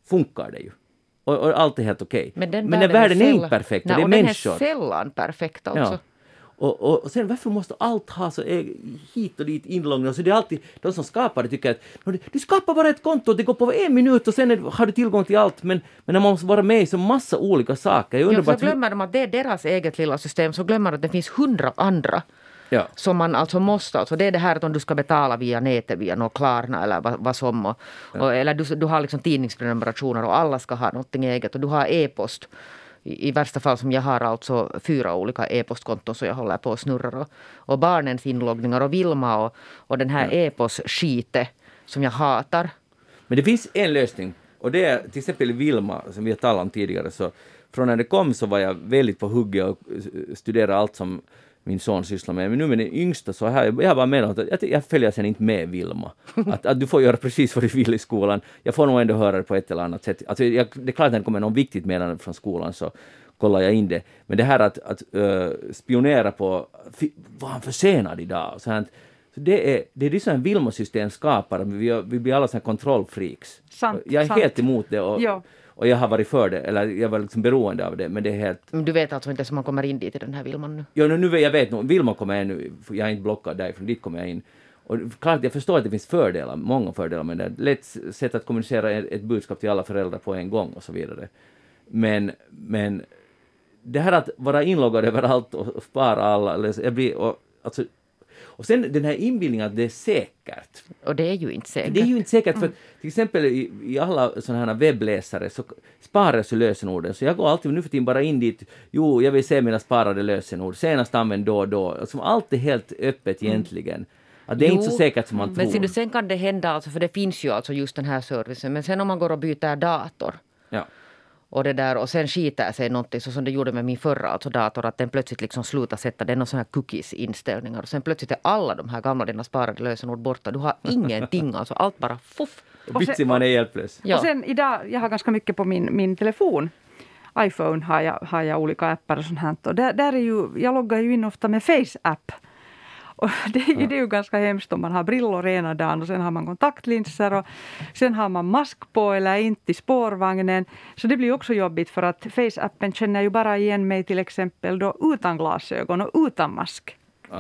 funkar det ju. Och allt är helt okej. Men den världen är inte perfekt. Nej, det är och människor. Den är sällan perfekt alltså. Ja. Och sen varför måste allt ha så hit och dit inloggning? Så det är alltid de som skapar det tycker att du skapar bara ett konto och det går på 1 minut och sen har du tillgång till allt. Men när man måste vara med i så massa olika saker. Så glömmer de att det är deras eget lilla system, så glömmer de att det finns 100 andra. Ja. Som man alltså måste, alltså det är det här att om du ska betala via nätet, via något Klarna eller vad som, eller du har liksom tidningsprenumerationer och alla ska ha någonting eget och du har e-post. I värsta fall som jag har alltså 4 olika e-postkonton så jag håller på och snurrar och barnens inloggningar och Vilma och den här e-postskite som jag hatar. Men det finns en lösning och det är till exempel Vilma som vi har talat om tidigare, så från när det kom så var jag väldigt på hugget och studerade allt som min son sysslar med. Men nu med den yngsta så har jag bara menat att jag följer sen inte med Vilma. Att du får göra precis vad du vill i skolan. Jag får nog ändå höra det på ett eller annat sätt. Alltså det är klart att det kommer något viktigt meddelande från skolan så kollar jag in det. Men det här att spionera på var han försenad idag? Så det är det som en Vilma-system skapar. Vi blir alla såna kontrollfreaks. Jag är helt emot det och jag har varit för det, eller jag var liksom beroende av det, men det är helt... Du vet alltså inte som man kommer in dit i den här Vilman nu? Ja, nu jag vet nog, Vilma kommer jag nu, jag är inte blockad därifrån, dit kommer jag in. Och klart, jag förstår att det finns fördelar, många fördelar, men det är ett lätt sätt att kommunicera ett budskap till alla föräldrar på en gång och så vidare. Men det här att vara inloggad överallt och spara alla, jag blir... Och sen den här inbildningen att det är säkert. Och det är ju inte säkert. Det är ju inte säkert för till exempel i alla sådana här webbläsare så sparas ju lösenorden. Så jag går alltid nu för tiden bara in dit. Jo, jag vill se mina sparade lösenord. Senast använd då och då. Alltså, allt är helt öppet egentligen. Att det är inte så säkert som man tror. Men sen kan det hända, alltså, för det finns ju alltså just den här servicen. Men sen om man går och byter dator. Ja. Och det där, och sen skiter sig någonting så som det gjorde med min förra alltså dator, att den plötsligt liksom slutar sätta den och såna här cookies-inställningar och sen plötsligt är alla de här gamla dina sparade lösenord borta. Du har ingenting, alltså allt bara fuff. Och man är hjälplös. Ja. Och sen idag, jag har ganska mycket på min telefon. iPhone har jag olika appar och sånt här. Och där är ju, jag loggar ju in ofta med Face-app. Och det är ju ganska hemskt om man har brillor ena dagen och sen har man kontaktlinser och sen har man mask på eller inte i spårvagnen. Så det blir också jobbigt för att Face-appen känner ju bara igen mig till exempel då utan glasögon och utan mask.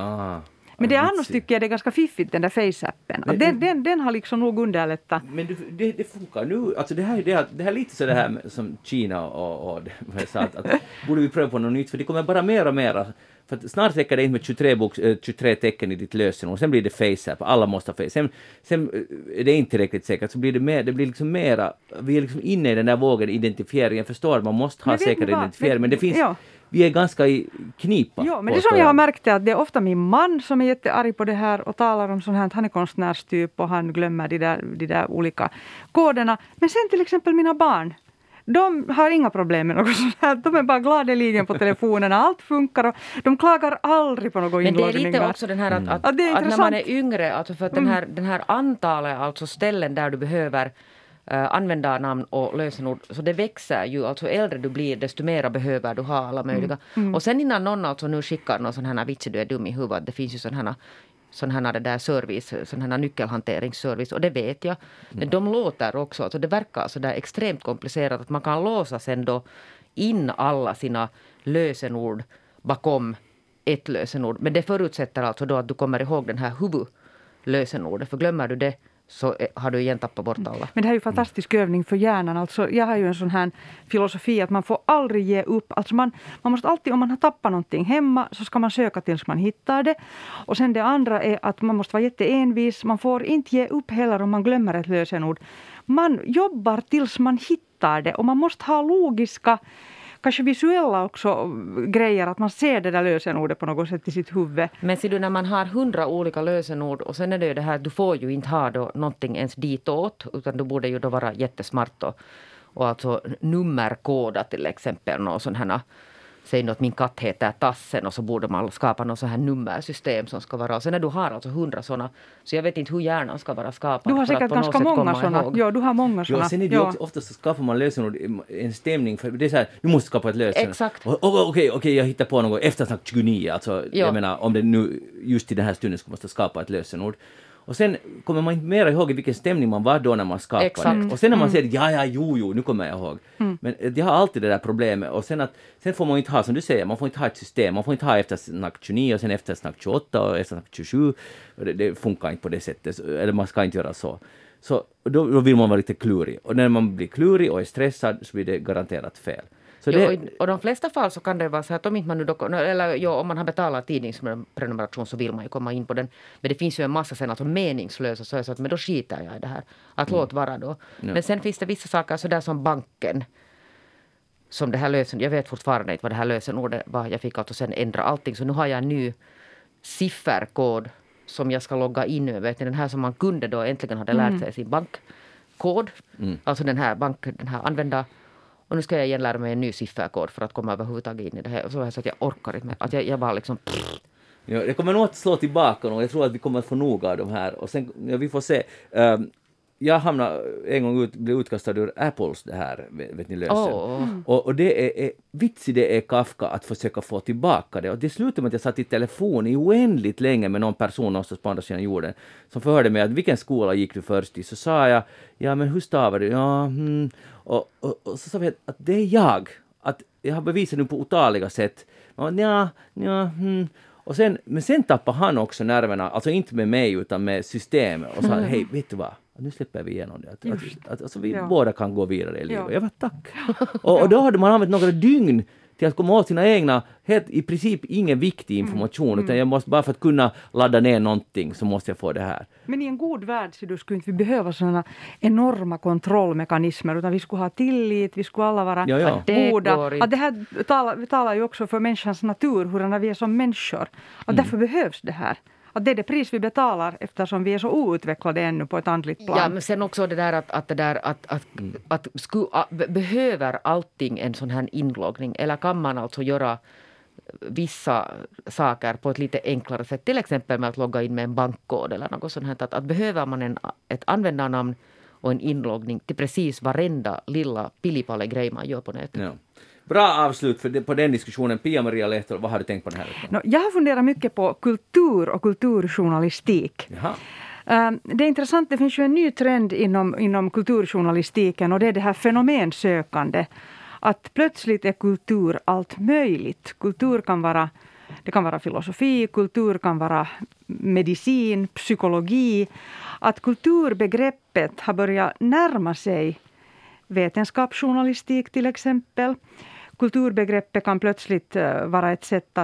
Men det annars tycker jag det är ganska fiffigt den där Face-appen. Den har liksom nog underlättat. Men det funkar nu. Alltså det här är lite så det här som Kina och jag sa att borde vi pröva på något nytt för det kommer bara mer och mer. För att snart räcker det inte med 23 tecken i ditt lösenord. Sen blir det Face-app. Alla måste ha Face. Sen är det inte tillräckligt säkert. Så blir det mer. Det blir liksom mera. Vi är liksom inne i den där vågen identifiering. Jag förstår att man måste ha säker identifiering. Men det finns... Ja. Vi är ganska i knipa. Ja, men det som jag har märkt är att det är ofta min man som är jättearg på det här och talar om sånt här att han är konstnärstyp och han glömmer de där olika koderna. Men sen till exempel mina barn. De har inga problem med något sånt här. De är bara gladeligen på telefonerna. Allt funkar och de klagar aldrig på något inloggningar. Men det är lite också den här att när man är yngre, alltså för att den här antalet alltså ställen där du behöver användarnamn och lösenord, så det växer ju, alltså äldre du blir desto mer behöver du ha alla möjliga. Och sen innan någon alltså nu skickar någon sån här vits, du är dum i huvudet, det finns ju sån här det där service, sån här nyckelhanteringsservice och det vet jag. Men de låter också, alltså det verkar så där extremt komplicerat att man kan låsa sen då in alla sina lösenord bakom ett lösenord. Men det förutsätter alltså då att du kommer ihåg den här huvudlösenordet, för glömmer du det så har du igen tappat bort alla. Men det här är ju fantastisk övning för hjärnan. Alltså, jag har ju en sån här filosofi att man får aldrig ge upp. Alltså man måste alltid, om man har tappat någonting hemma så ska man söka tills man hittar det. Och sen det andra är att man måste vara jätteenvis. Man får inte ge upp heller om man glömmer ett lösenord. Man jobbar tills man hittar det och man måste ha logiska, kanske visuella också grejer, att man ser det där lösenordet på något sätt i sitt huvud. Men ser du, när man har 100 olika lösenord och sen är det ju det här, du får ju inte ha då någonting ens ditåt, utan du borde ju då vara jättesmart och alltså nummerkoda till exempel, något sån här, säg något, min katt heter Tassen och så borde man skapa något så här nummersystem som ska vara, och sen när du har alltså 100 sådana, så jag vet inte hur hjärnan ska vara skapad. Du har säkert ganska många sådana. Ja, du har många sådana. Ja, sen är det också, ofta så skapar man lösenord en stämning, för det är så här, du måste skapa ett lösenord. Exakt. Okej, jag hittar på något efter snack 29, alltså jag menar, om det nu just i den här stunden ska måste skapa ett lösenord. Och sen kommer man inte mer ihåg i vilken stämning man var då när man skapade Exakt. det. Och sen när man säger jo, nu kommer jag ihåg. Men jag har alltid det där problemet. Och sen får man inte ha, som du säger, man får inte ha ett system. Man får inte ha eftersnack 29 och sen eftersnack 28 och eftersnack 27. Det funkar inte på det sättet. Eller man ska inte göra så. Så då vill man vara lite klurig. Och när man blir klurig och är stressad så blir det garanterat fel. Så Och de flesta fall så kan det vara så att om inte man nu om man har betalat tidningsprenumeration så vill man ju komma in på den. Men det finns ju en massa sen alltså meningslösa så är det så att men då skiter jag i det här. Att låt vara då. Ja. Men sen finns det vissa saker så där som banken. Som det här jag vet fortfarande inte vad det här lösenordet var. Jag fick alltså sen ändra allting. Så nu har jag en ny sifferkod som jag ska logga in med. Vet ni, den här som man kunde då äntligen hade lärt sig sin bankkod. Alltså den här använda. Och nu ska jag igen lära mig en ny sifferkod för att komma överhuvudtaget in i det här. Och så att jag orkar inte med. Att jag bara liksom... Ja, det kommer nog att slå tillbaka och jag tror att vi kommer att få nog av de här. Och sen, vi får se. Jag hamnade en gång blev utkastad ur Apples det här, vet ni, lösen. Och det är vitsigt det är Kafka att försöka få tillbaka det. Och det slutade med att jag satt i telefon i oändligt länge med någon person någonstans på andra sidan jorden som förhörde mig att vilken skola gick du först i? Så sa jag, ja men hur stavar du? Och så sa vi att det är jag. Att jag har bevisat nu på otaliga sätt. Och sen tappade han också nerverna, alltså inte med mig utan med systemet och sa, hej, vet du vad? Nu släpper vi igenom det. Alltså vi båda kan gå vidare i livet. Jag var tack. Och då hade man använt några dygn till att komma åt sina egna, i princip ingen viktig information, utan jag måste, bara för att kunna ladda ner någonting så måste jag få det här. Men i en god värld så du skulle inte behöva sådana enorma kontrollmekanismer, utan vi skulle ha tillit, vi skulle alla vara goda. Att det här talar ju också för människans natur, hur vi är som människor. Att därför behövs det här. Att det är det pris vi betalar eftersom vi är så outvecklade ännu på ett andligt plan. Ja, men sen också det där att behöver allting en sån här inloggning? Eller kan man alltså göra vissa saker på ett lite enklare sätt? Till exempel med att logga in med en bankkod eller något sånt här. Att behöver man ett användarnamn och en inloggning till precis varenda lilla pillipallegrej man gör på nätet. Ja. Bra avslut på den diskussionen. Pia-Maria Lehto, vad har du tänkt på den här? Jag har funderat mycket på kultur och kulturjournalistik. Det är intressant, det finns ju en ny trend inom kulturjournalistiken och det är det här fenomensökande. Att plötsligt är kultur allt möjligt. Kultur kan vara filosofi, kultur kan vara medicin, psykologi. Att kulturbegreppet har börjat närma sig vetenskapsjournalistik till exempel. Kulturbegreppet kan plötsligt vara ett sätt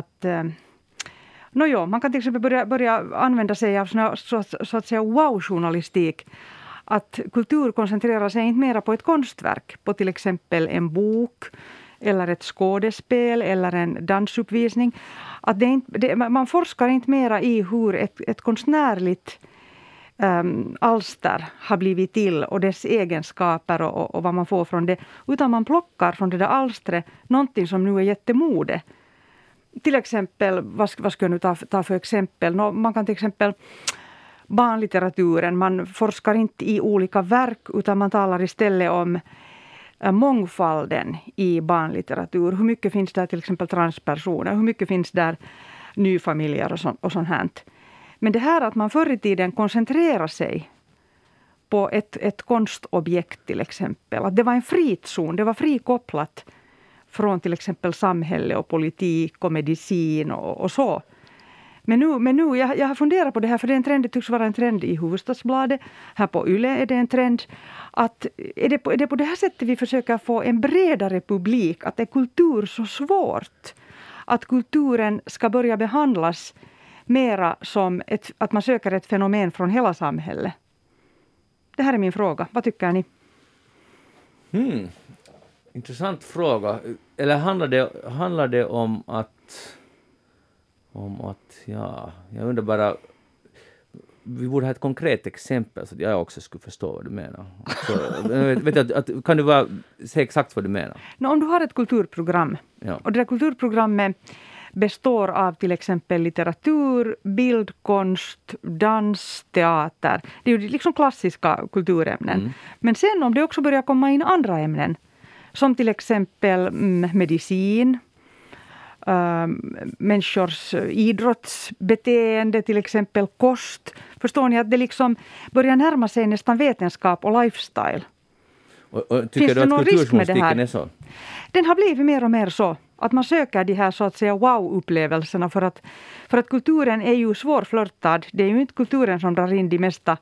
man kan till exempel börja använda sig av så att säga wow-journalistik. Att kultur koncentrerar sig inte mera på ett konstverk, på till exempel en bok eller ett skådespel eller en dansuppvisning. Att man forskar inte mera i hur ett konstnärligt alster har blivit till och dess egenskaper och vad man får från det. Utan man plockar från det där alstret någonting som nu är jättemode. Till exempel, vad ska jag nu ta för exempel? Man kan till exempel barnlitteraturen. Man forskar inte i olika verk utan man talar istället om mångfalden i barnlitteratur. Hur mycket finns där till exempel transpersoner? Hur mycket finns där nyfamiljer och sånt här? Men det här att man förr i tiden koncentrerar sig på ett konstobjekt till exempel. Att det var en frizon, det var frikopplat från till exempel samhälle och politik och medicin och så. Men nu jag har funderat på det här, för det tycks vara en trend i Hufvudstadsbladet. Här på Yle är det en trend. Att är det på det här sättet vi försöker få en bredare publik? Att är kultur så svårt? Att kulturen ska börja behandlas mera som att man söker ett fenomen från hela samhället. Det här är min fråga. Vad tycker ni? Intressant fråga. Eller handlar det om att jag undrar bara, vi borde ha ett konkret exempel så att jag också skulle förstå vad du menar. Så, kan du säga exakt vad du menar? Om du har ett kulturprogram och det där kulturprogrammet består av till exempel litteratur, bildkonst, dans, teater. Det är ju liksom klassiska kulturämnen. Men sen om det också börjar komma in andra ämnen, som till exempel medicin, människors idrottsbeteende, till exempel kost. Förstår ni att det liksom börjar närma sig nästan vetenskap och lifestyle? Och tycker du att kulturjournalistiken är så? Den har blivit mer och mer så. Att man söker de här så att säga wow-upplevelserna för att kulturen är ju svårflörtad. Det är ju inte kulturen som drar in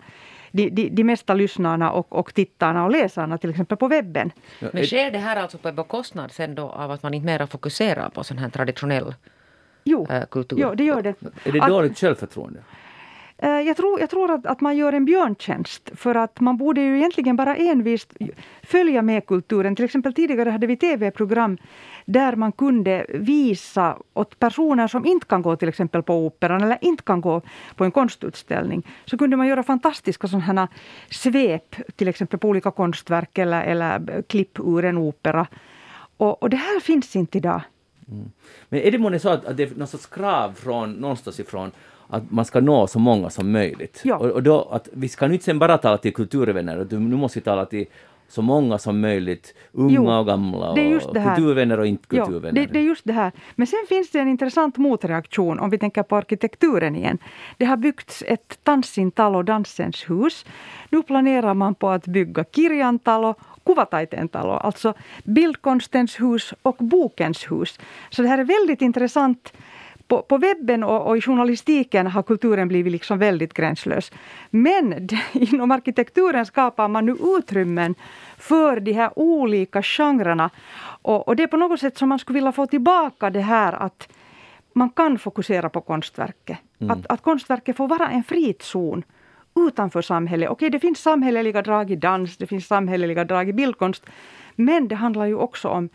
de mesta lyssnarna och tittarna och läsarna till exempel på webben. Men sker det här alltså på bekostnad sen då av att man inte mer fokuserar på sån här traditionell kultur? Jo, det gör det. Är det dåligt självförtroende? Jag tror att man gör en björntjänst, för att man borde ju egentligen bara envist följa med kulturen. Till exempel tidigare hade vi tv-program där man kunde visa åt personer som inte kan gå till exempel på operan eller inte kan gå på en konstutställning. Så kunde man göra fantastiska sådana svep till exempel på olika konstverk eller klipp ur en opera. Och det här finns inte idag. Mm. Men är det månne så att det är någon sorts krav från någonstans ifrån att man ska nå så många som möjligt? Ja. Och då att vi ska inte sen bara tala till kulturvänner, nu måste vi tala till så många som möjligt, unga och gamla och kulturvänner och inte kulturvänner. Ja, det är just det här. Men sen finns det en intressant motreaktion om vi tänker på arkitekturen igen. Det har byggts ett Tansintalo, Dansens hus. Nu planerar man på att bygga Kirjantalo, Kuvataiteen-talo, alltså bildkonstens hus och bokens hus. Så det här är väldigt intressant. På webben och i journalistiken har kulturen blivit liksom väldigt gränslös. Men inom arkitekturen skapar man nu utrymmen för de här olika genrerna. Och det är på något sätt som man skulle vilja få tillbaka det här att man kan fokusera på konstverket. Att konstverket får vara en frizon utanför samhället. Okej, det finns samhälleliga drag i dans, det finns samhälleliga drag i bildkonst. Men det handlar ju också om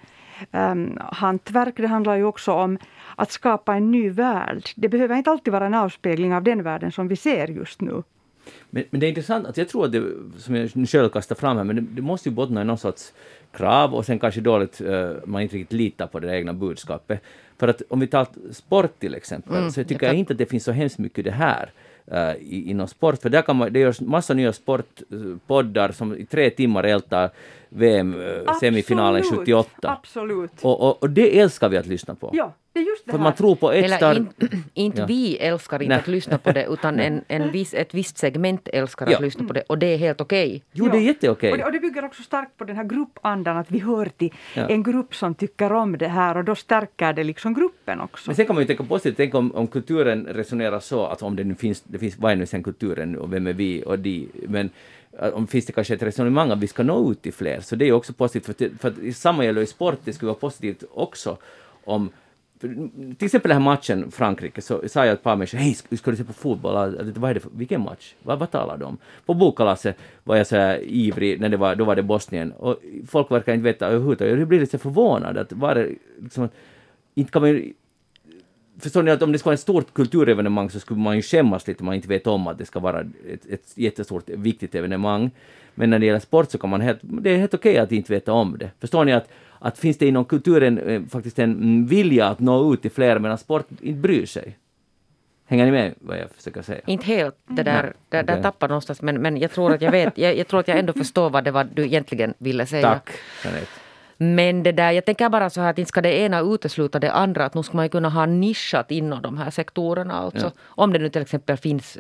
hantverk, det handlar ju också om att skapa en ny värld. Det behöver inte alltid vara en avspegling av den världen som vi ser just nu. Men det är intressant att jag tror att det, som jag själv kastar fram här, men det måste ju bottna i någon sorts krav och sen kanske dåligt man inte riktigt litar på det egna budskapet. För att om vi tar sport till exempel, så tycker jag inte att det finns så hemskt mycket det här inom sport. För där kan det görs massa nya sportpoddar som i 3 timmar ältar VM-semifinalen 78. Absolut. Och det älskar vi att lyssna på. Ja, det är just det för här. man tror på inte vi älskar inte att lyssna på det, utan ett visst segment älskar att lyssna på det, och det är helt okej. Jo, det är jätteokej. Och det bygger också starkt på den här gruppandan, att vi hör till en grupp som tycker om det här, och då stärker det liksom gruppen också. Men sen kan man ju tänka positivt, tänk om kulturen resonerar så att om det nu finns vad är nu sen kulturen och vem är vi och de, men om finns det kanske ett resonemang att vi ska nå ut till fler, så det är också positivt, för att i samma gäller i sport, det skulle vara positivt också om till exempel den här matchen Frankrike, så sa jag ett par människor, hej, ska du se på fotboll? Vad är det för, vilken match? Vad talar de om? På bokkalaset var jag så här ivrig, när då var det Bosnien, och folk verkar inte veta överhuvudtaget. Jag blir lite så förvånad att var det liksom, inte kan man, förstår ni att om det ska vara ett stort kulturevenemang så skulle man ju skämmas lite om man inte vet om att det ska vara ett jättestort, viktigt evenemang. Men när det gäller sport så kan man det är helt okej att inte veta om det. Förstår ni att finns det inom kulturen faktiskt en vilja att nå ut till fler, medan sport inte bryr sig? Hänger ni med vad jag försöker säga? Inte helt, det där tappar någonstans, men jag tror att jag vet, jag tror att jag ändå förstår vad det var du egentligen ville säga. Tack, Jeanette. Men det där, jag tänker bara så här att inte ska det ena utesluta det andra, att nu ska man ju kunna ha nischat inom de här sektorerna, alltså. Ja. Om det nu till exempel finns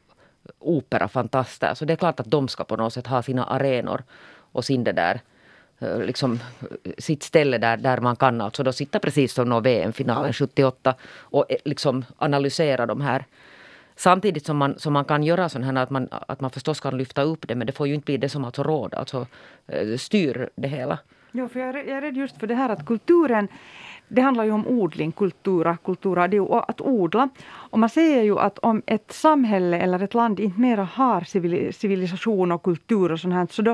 operafantaster, så det är klart att de ska på något sätt ha sina arenor och sin det där, liksom sitt ställe där man kan alltså då sitta precis som någon VM-finalen 78 och liksom analysera de här. Samtidigt som man kan göra sån här att man förstås kan lyfta upp det, men det får ju inte bli det som alltså råd, alltså styr det hela. Ja, för jag är rädd just för det här att kulturen, det handlar ju om odling, kultura, det är ju att odla. Och man säger ju att om ett samhälle eller ett land inte mera har civilisation och kultur och sånt här, så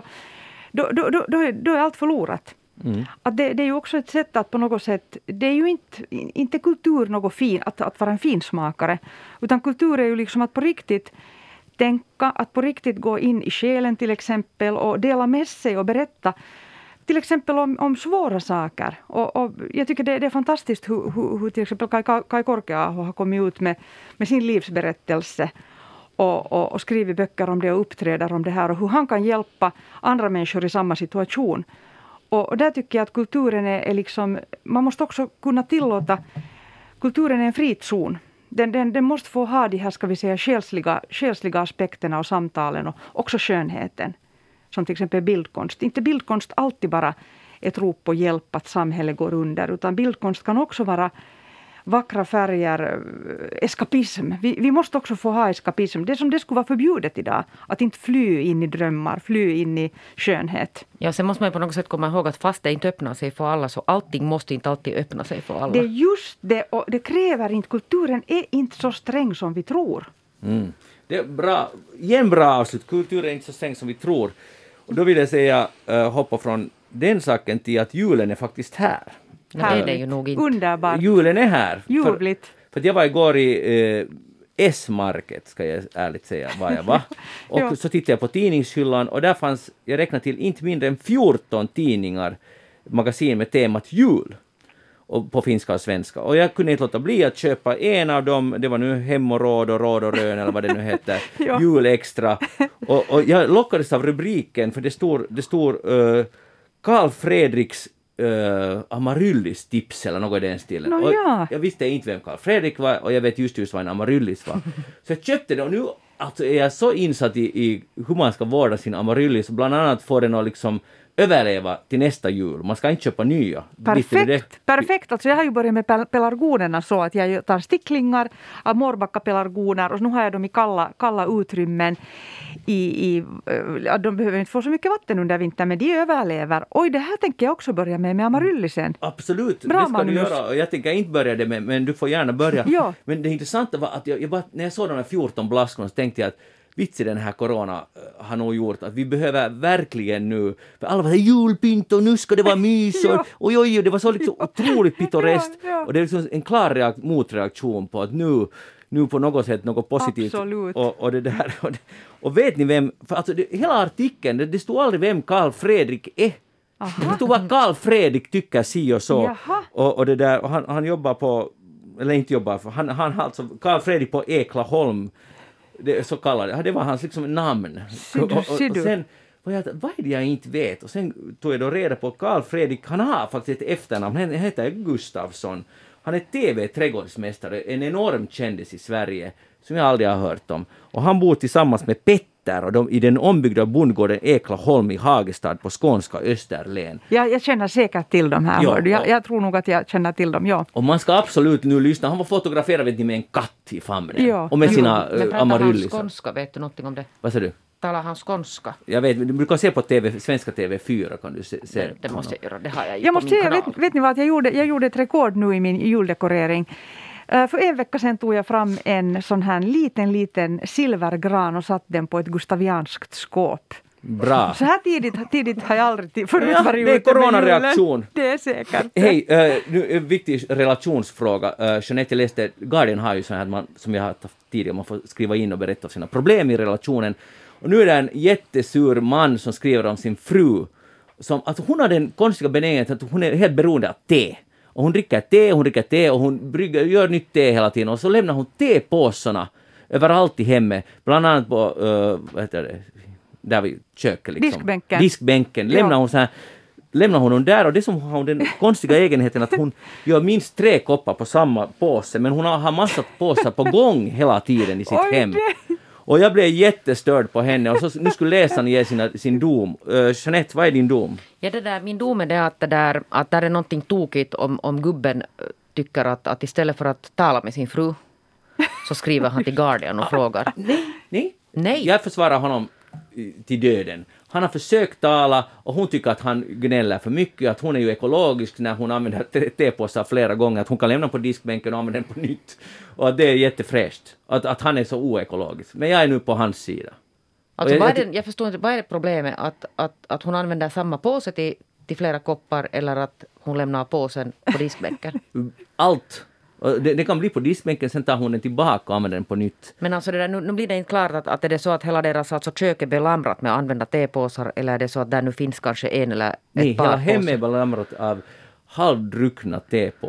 då är allt förlorat. Att det är ju också ett sätt att på något sätt, det är ju inte kultur något fin, att vara en finsmakare, utan kultur är ju liksom att på riktigt tänka, att på riktigt gå in i själen till exempel och dela med sig och berätta till exempel om svåra saker. Och jag tycker det är fantastiskt hur till exempel Kai Korkeaho har kommit ut med sin livsberättelse och skriver böcker om det och uppträder om det här, och hur han kan hjälpa andra människor i samma situation. Och där tycker jag att kulturen är liksom, man måste också kunna tillåta, kulturen är en frizon. Den måste få ha de här, ska vi säga, själsliga aspekterna och samtalen och också skönheten. Som till exempel bildkonst. Inte bildkonst alltid bara ett rop på hjälp att samhället går under, utan bildkonst kan också vara vackra färger, eskapism. Vi måste också få ha eskapism. Det som det skulle vara förbjudet idag. Att inte fly in i drömmar, fly in i skönhet. Ja, sen måste man på något sätt komma ihåg att fast det inte öppnar sig för alla, så allting måste inte alltid öppna sig för alla. Det är just det, och det kräver inte, kulturen är inte så sträng som vi tror. Mm. Det är bra, igen bra avslut. Kulturen är inte så sträng som vi tror. Och då vill jag säga, hoppa från den saken till att julen är faktiskt här. Nej, det är ju nog inte. Underbart. Julen är här. Ljuvligt. För jag var igår i S-market, ska jag ärligt säga vad jag var. Och Ja. så tittade jag på tidningshyllan och där fanns, jag räknade till, inte mindre än 14 tidningar, magasin med temat jul. Och på finska och svenska. Och jag kunde inte låta bli att köpa en av dem. Det var nu Hem och Råd och Råd och Rön eller vad det nu heter. Ja. Jul extra. Och jag lockades av rubriken för det stod Carl Fredriks Amaryllis tips eller något i den stilen. No, och ja. jag visste inte vem Carl Fredrik var och jag vet just vad en amaryllis var. Så jag köpte det och nu alltså, är jag så insatt i hur man ska vårda sin amaryllis och bland annat få den att liksom överleva till nästa jul. Man ska inte köpa nya. Visste du det? Perfekt. Alltså jag har ju börjat med pelargonerna så att jag tar sticklingar av Mårbacka-pelargoner och nu har jag dem i kalla utrymmen. De behöver inte få så mycket vatten under vintern, men de överlever. Oj, det här tänker jag också börja med amaryllisen. Absolut, Bra, det ska Magnus. du göra. Och jag tänker inte börja det med, men du får gärna börja. Ja. Men det intressanta var att jag bara, när jag såg de här 14 blaskorna så tänkte jag att vits i den här corona har nog gjort att vi behöver verkligen nu, för alla var julpynt och nu ska det vara mys och Ja. oj, det var så liksom otroligt pittoreskt. Ja. Och det är liksom en klar motreaktion på att nu på något sätt något positivt. Absolut. Och det där. Och vet ni vem, för alltså hela artikeln, det stod aldrig vem Carl Fredrik är. Det stod bara Carl Fredrik tycker si och så. Jaha. Och det där, och han jobbar på, eller inte jobbar, för han alltså Carl Fredrik på Eklaholm, det så kallade, det var hans liksom namn. Ser du. Och sen var jag, vad är det jag inte vet? Och sen tog jag då reda på Carl Fredrik, han har faktiskt ett efternamn, han heter Gustafsson. Han är TV-trädgårdsmästare, en enorm kändis i Sverige som jag aldrig har hört om. Och han bor tillsammans med Petter och i den ombyggda bondgården Eklaholm i Hagestad på skånska Österlen. Jag känner säkert till dem här. Ja. Jag tror nog att jag känner till dem, ja. Och man ska absolut nu lyssna. Han var fotograferad med en katt i famnen. Ja. Och med sina Men pratar han amaryllisar. skånska? Vet du någonting om det? Vad säger du? Talar han skånska? Jag vet, du brukar se på svenska TV4 kan du se. Det måste jag göra. Det har jag ju Jag på måste min säga, kanal. vet ni vad, att jag gjorde ett rekord nu i min juldekorering. För en vecka sedan tog jag fram en sån här liten silvergran och satt den på ett gustavianskt skåp. Bra. Så här tidigt har jag aldrig förut Ja, varit det är ute med coronareaktion. julen. Det är säkert. Hej, nu en viktig relationsfråga. Jeanette, jag läste, Guardian har ju så här, som jag har haft tidigare, man får skriva in och berätta om sina problem i relationen. Och nu är det en jättesur man som skriver om sin fru. Som, alltså hon har den konstiga benägenheten att hon är helt beroende av te. Och hon dricker te och hon gör nytt te hela tiden. Och så lämnar hon tepåsarna överallt i hemmet. Bland annat på, vad heter det, där vid köket liksom. Diskbänken. Lämnar hon där och det som har den konstiga egenheten att hon gör minst 3 koppar på samma påse. Men hon har massa påsar på gång hela tiden i sitt hem. Och jag blev jättestörd på henne och så, nu skulle läsaren ge sin dom. Jeanette, vad är din dom? Ja, min dom är det att där är någonting tokigt om gubben tycker att istället för att tala med sin fru så skriver han till Guardian och frågar. Nej. Jag försvarar honom till döden. Han har försökt tala och hon tycker att han gnäller för mycket, att hon är ju ekologisk när hon använder tepåsar flera gånger, att hon kan lämna på diskbänken och använda den på nytt. Och att det är jättefräscht, att han är så oekologisk. Men jag är nu på hans sida. Alltså, jag förstår inte, vad är det problemet att hon använder samma påse till flera koppar eller att hon lämnar påsen på diskbänken? Allt. Det kan bli på diskbänken, sen tar hon den tillbaka och använder den på nytt. Men alltså det där, nu blir det inte klart att är det så att hela deras alltså kök är belamrat med att använda tepåsar eller är det så att där nu finns kanske en eller ett par hela hemmet påsar? är belamrat av halvdruckna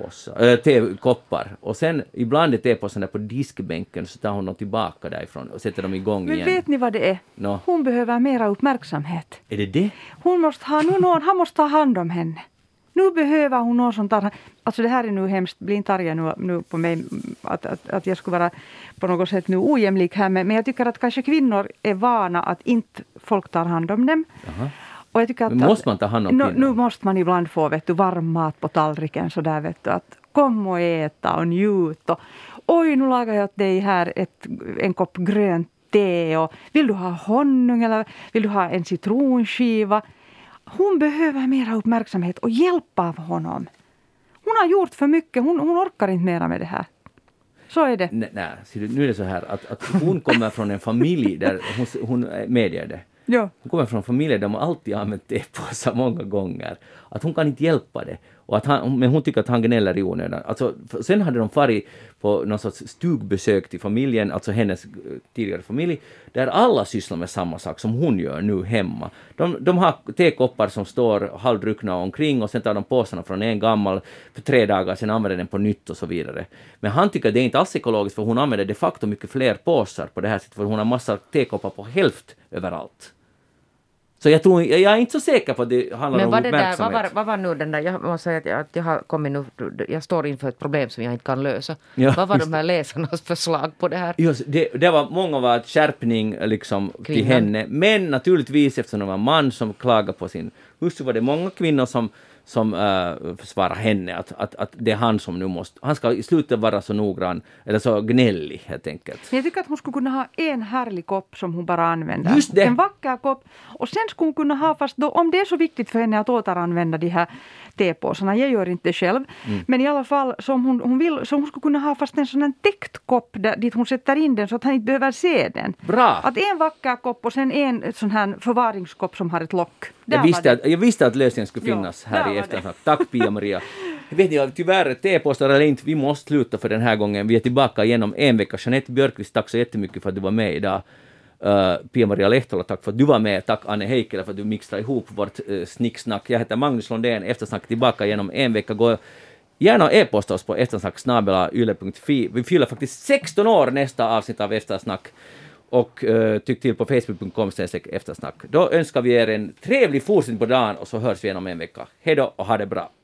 tekoppar. Och sen ibland är tepåsarna på diskbänken så tar hon dem tillbaka därifrån och sätter dem igång Men igen. vet ni vad det är? No. Hon behöver mera uppmärksamhet. Är det det? Han måste ta hand om henne. Nu behöver hon någon som tar... Alltså det här är nu hemskt, bli inte arga nu på mig att jag skulle vara på något sätt nu ojämlik här. Men jag tycker att kanske kvinnor är vana att inte folk tar hand om dem. Aha. Och jag tycker att, men måste man ta hand om kvinnor? Nu måste man ibland få varm mat på tallriken så där att kom och äta och njut och oj nu lagar jag åt dig här en kopp grönt te och vill du ha honung eller vill du ha en citronskiva? Hon behöver mera uppmärksamhet och hjälp av honom. Hon har gjort för mycket, hon orkar inte mera med det här. Så är det. Nej, nu är det så här att hon kommer från en familj där hon medger det. Ja. Hon kommer från en familj där de alltid använt tepåsar många gånger. Att hon kan inte hjälpa det. Och att men hon tycker att han gnäller i onödan. Alltså, sen hade de farit på någon sorts stugbesök till familjen, alltså hennes tidigare familj, där alla sysslar med samma sak som hon gör nu hemma. De har tekoppar som står halvdruckna omkring och sen tar de påsarna från en gammal för 3 dagar, sen använder den på nytt och så vidare. Men han tycker att det är inte alls ekologiskt för hon använder de facto mycket fler påsar på det här sättet för hon har massa tekoppar på hälft överallt. Så jag är inte så säker på att det handlar om uppmärksamhet. Men vad var nu den där, jag måste säga att jag har kommit nu, jag står inför ett problem som jag inte kan lösa. Ja, vad var de här läsarnas förslag på det här? Just, det var många var skärpning liksom till henne, men naturligtvis eftersom det var en man som klagade på sin hustru var det många kvinnor som försvarar henne att det är han som nu måste, han ska i slutet vara så noggrann eller så gnällig helt enkelt. Jag tycker att hon skulle kunna ha en härlig kopp som hon bara använder. Just det. En vacker kopp. Och sen skulle hon kunna ha, fast då, om det är så viktigt för henne att återanvända de här tepåsarna, jag gör inte det själv, men i alla fall som hon vill, så hon skulle kunna ha fast en sån här täckt kopp dit hon sätter in den så att han inte behöver se den. Bra! Att en vacker kopp och sen en sån här förvaringskopp som har ett lock. Jag visste att lösningen skulle finnas här i eftersnack. Tack Pia-Maria. Jag vet inte, tyvärr tepåsar eller inte, vi måste sluta för den här gången. Vi är tillbaka igenom en vecka. Jeanette Björkqvist, tack så jättemycket för att du var med idag. Pia-Maria Lehtola, tack för att du var med. Tack Anne Heikkilä för att du mixade ihop vårt snicksnack. Jag heter Magnus Lundén, eftersnack tillbaka igenom en vecka. Gå gärna e-posta oss på eftersnack@yle.fi. Vi fyller faktiskt 16 år nästa avsnitt av Eftersnack. Och tyck till på facebook.com/eftersnack. Då önskar vi er en trevlig fortsättning på dagen och så hörs vi igen om en vecka. Hej då och ha det bra!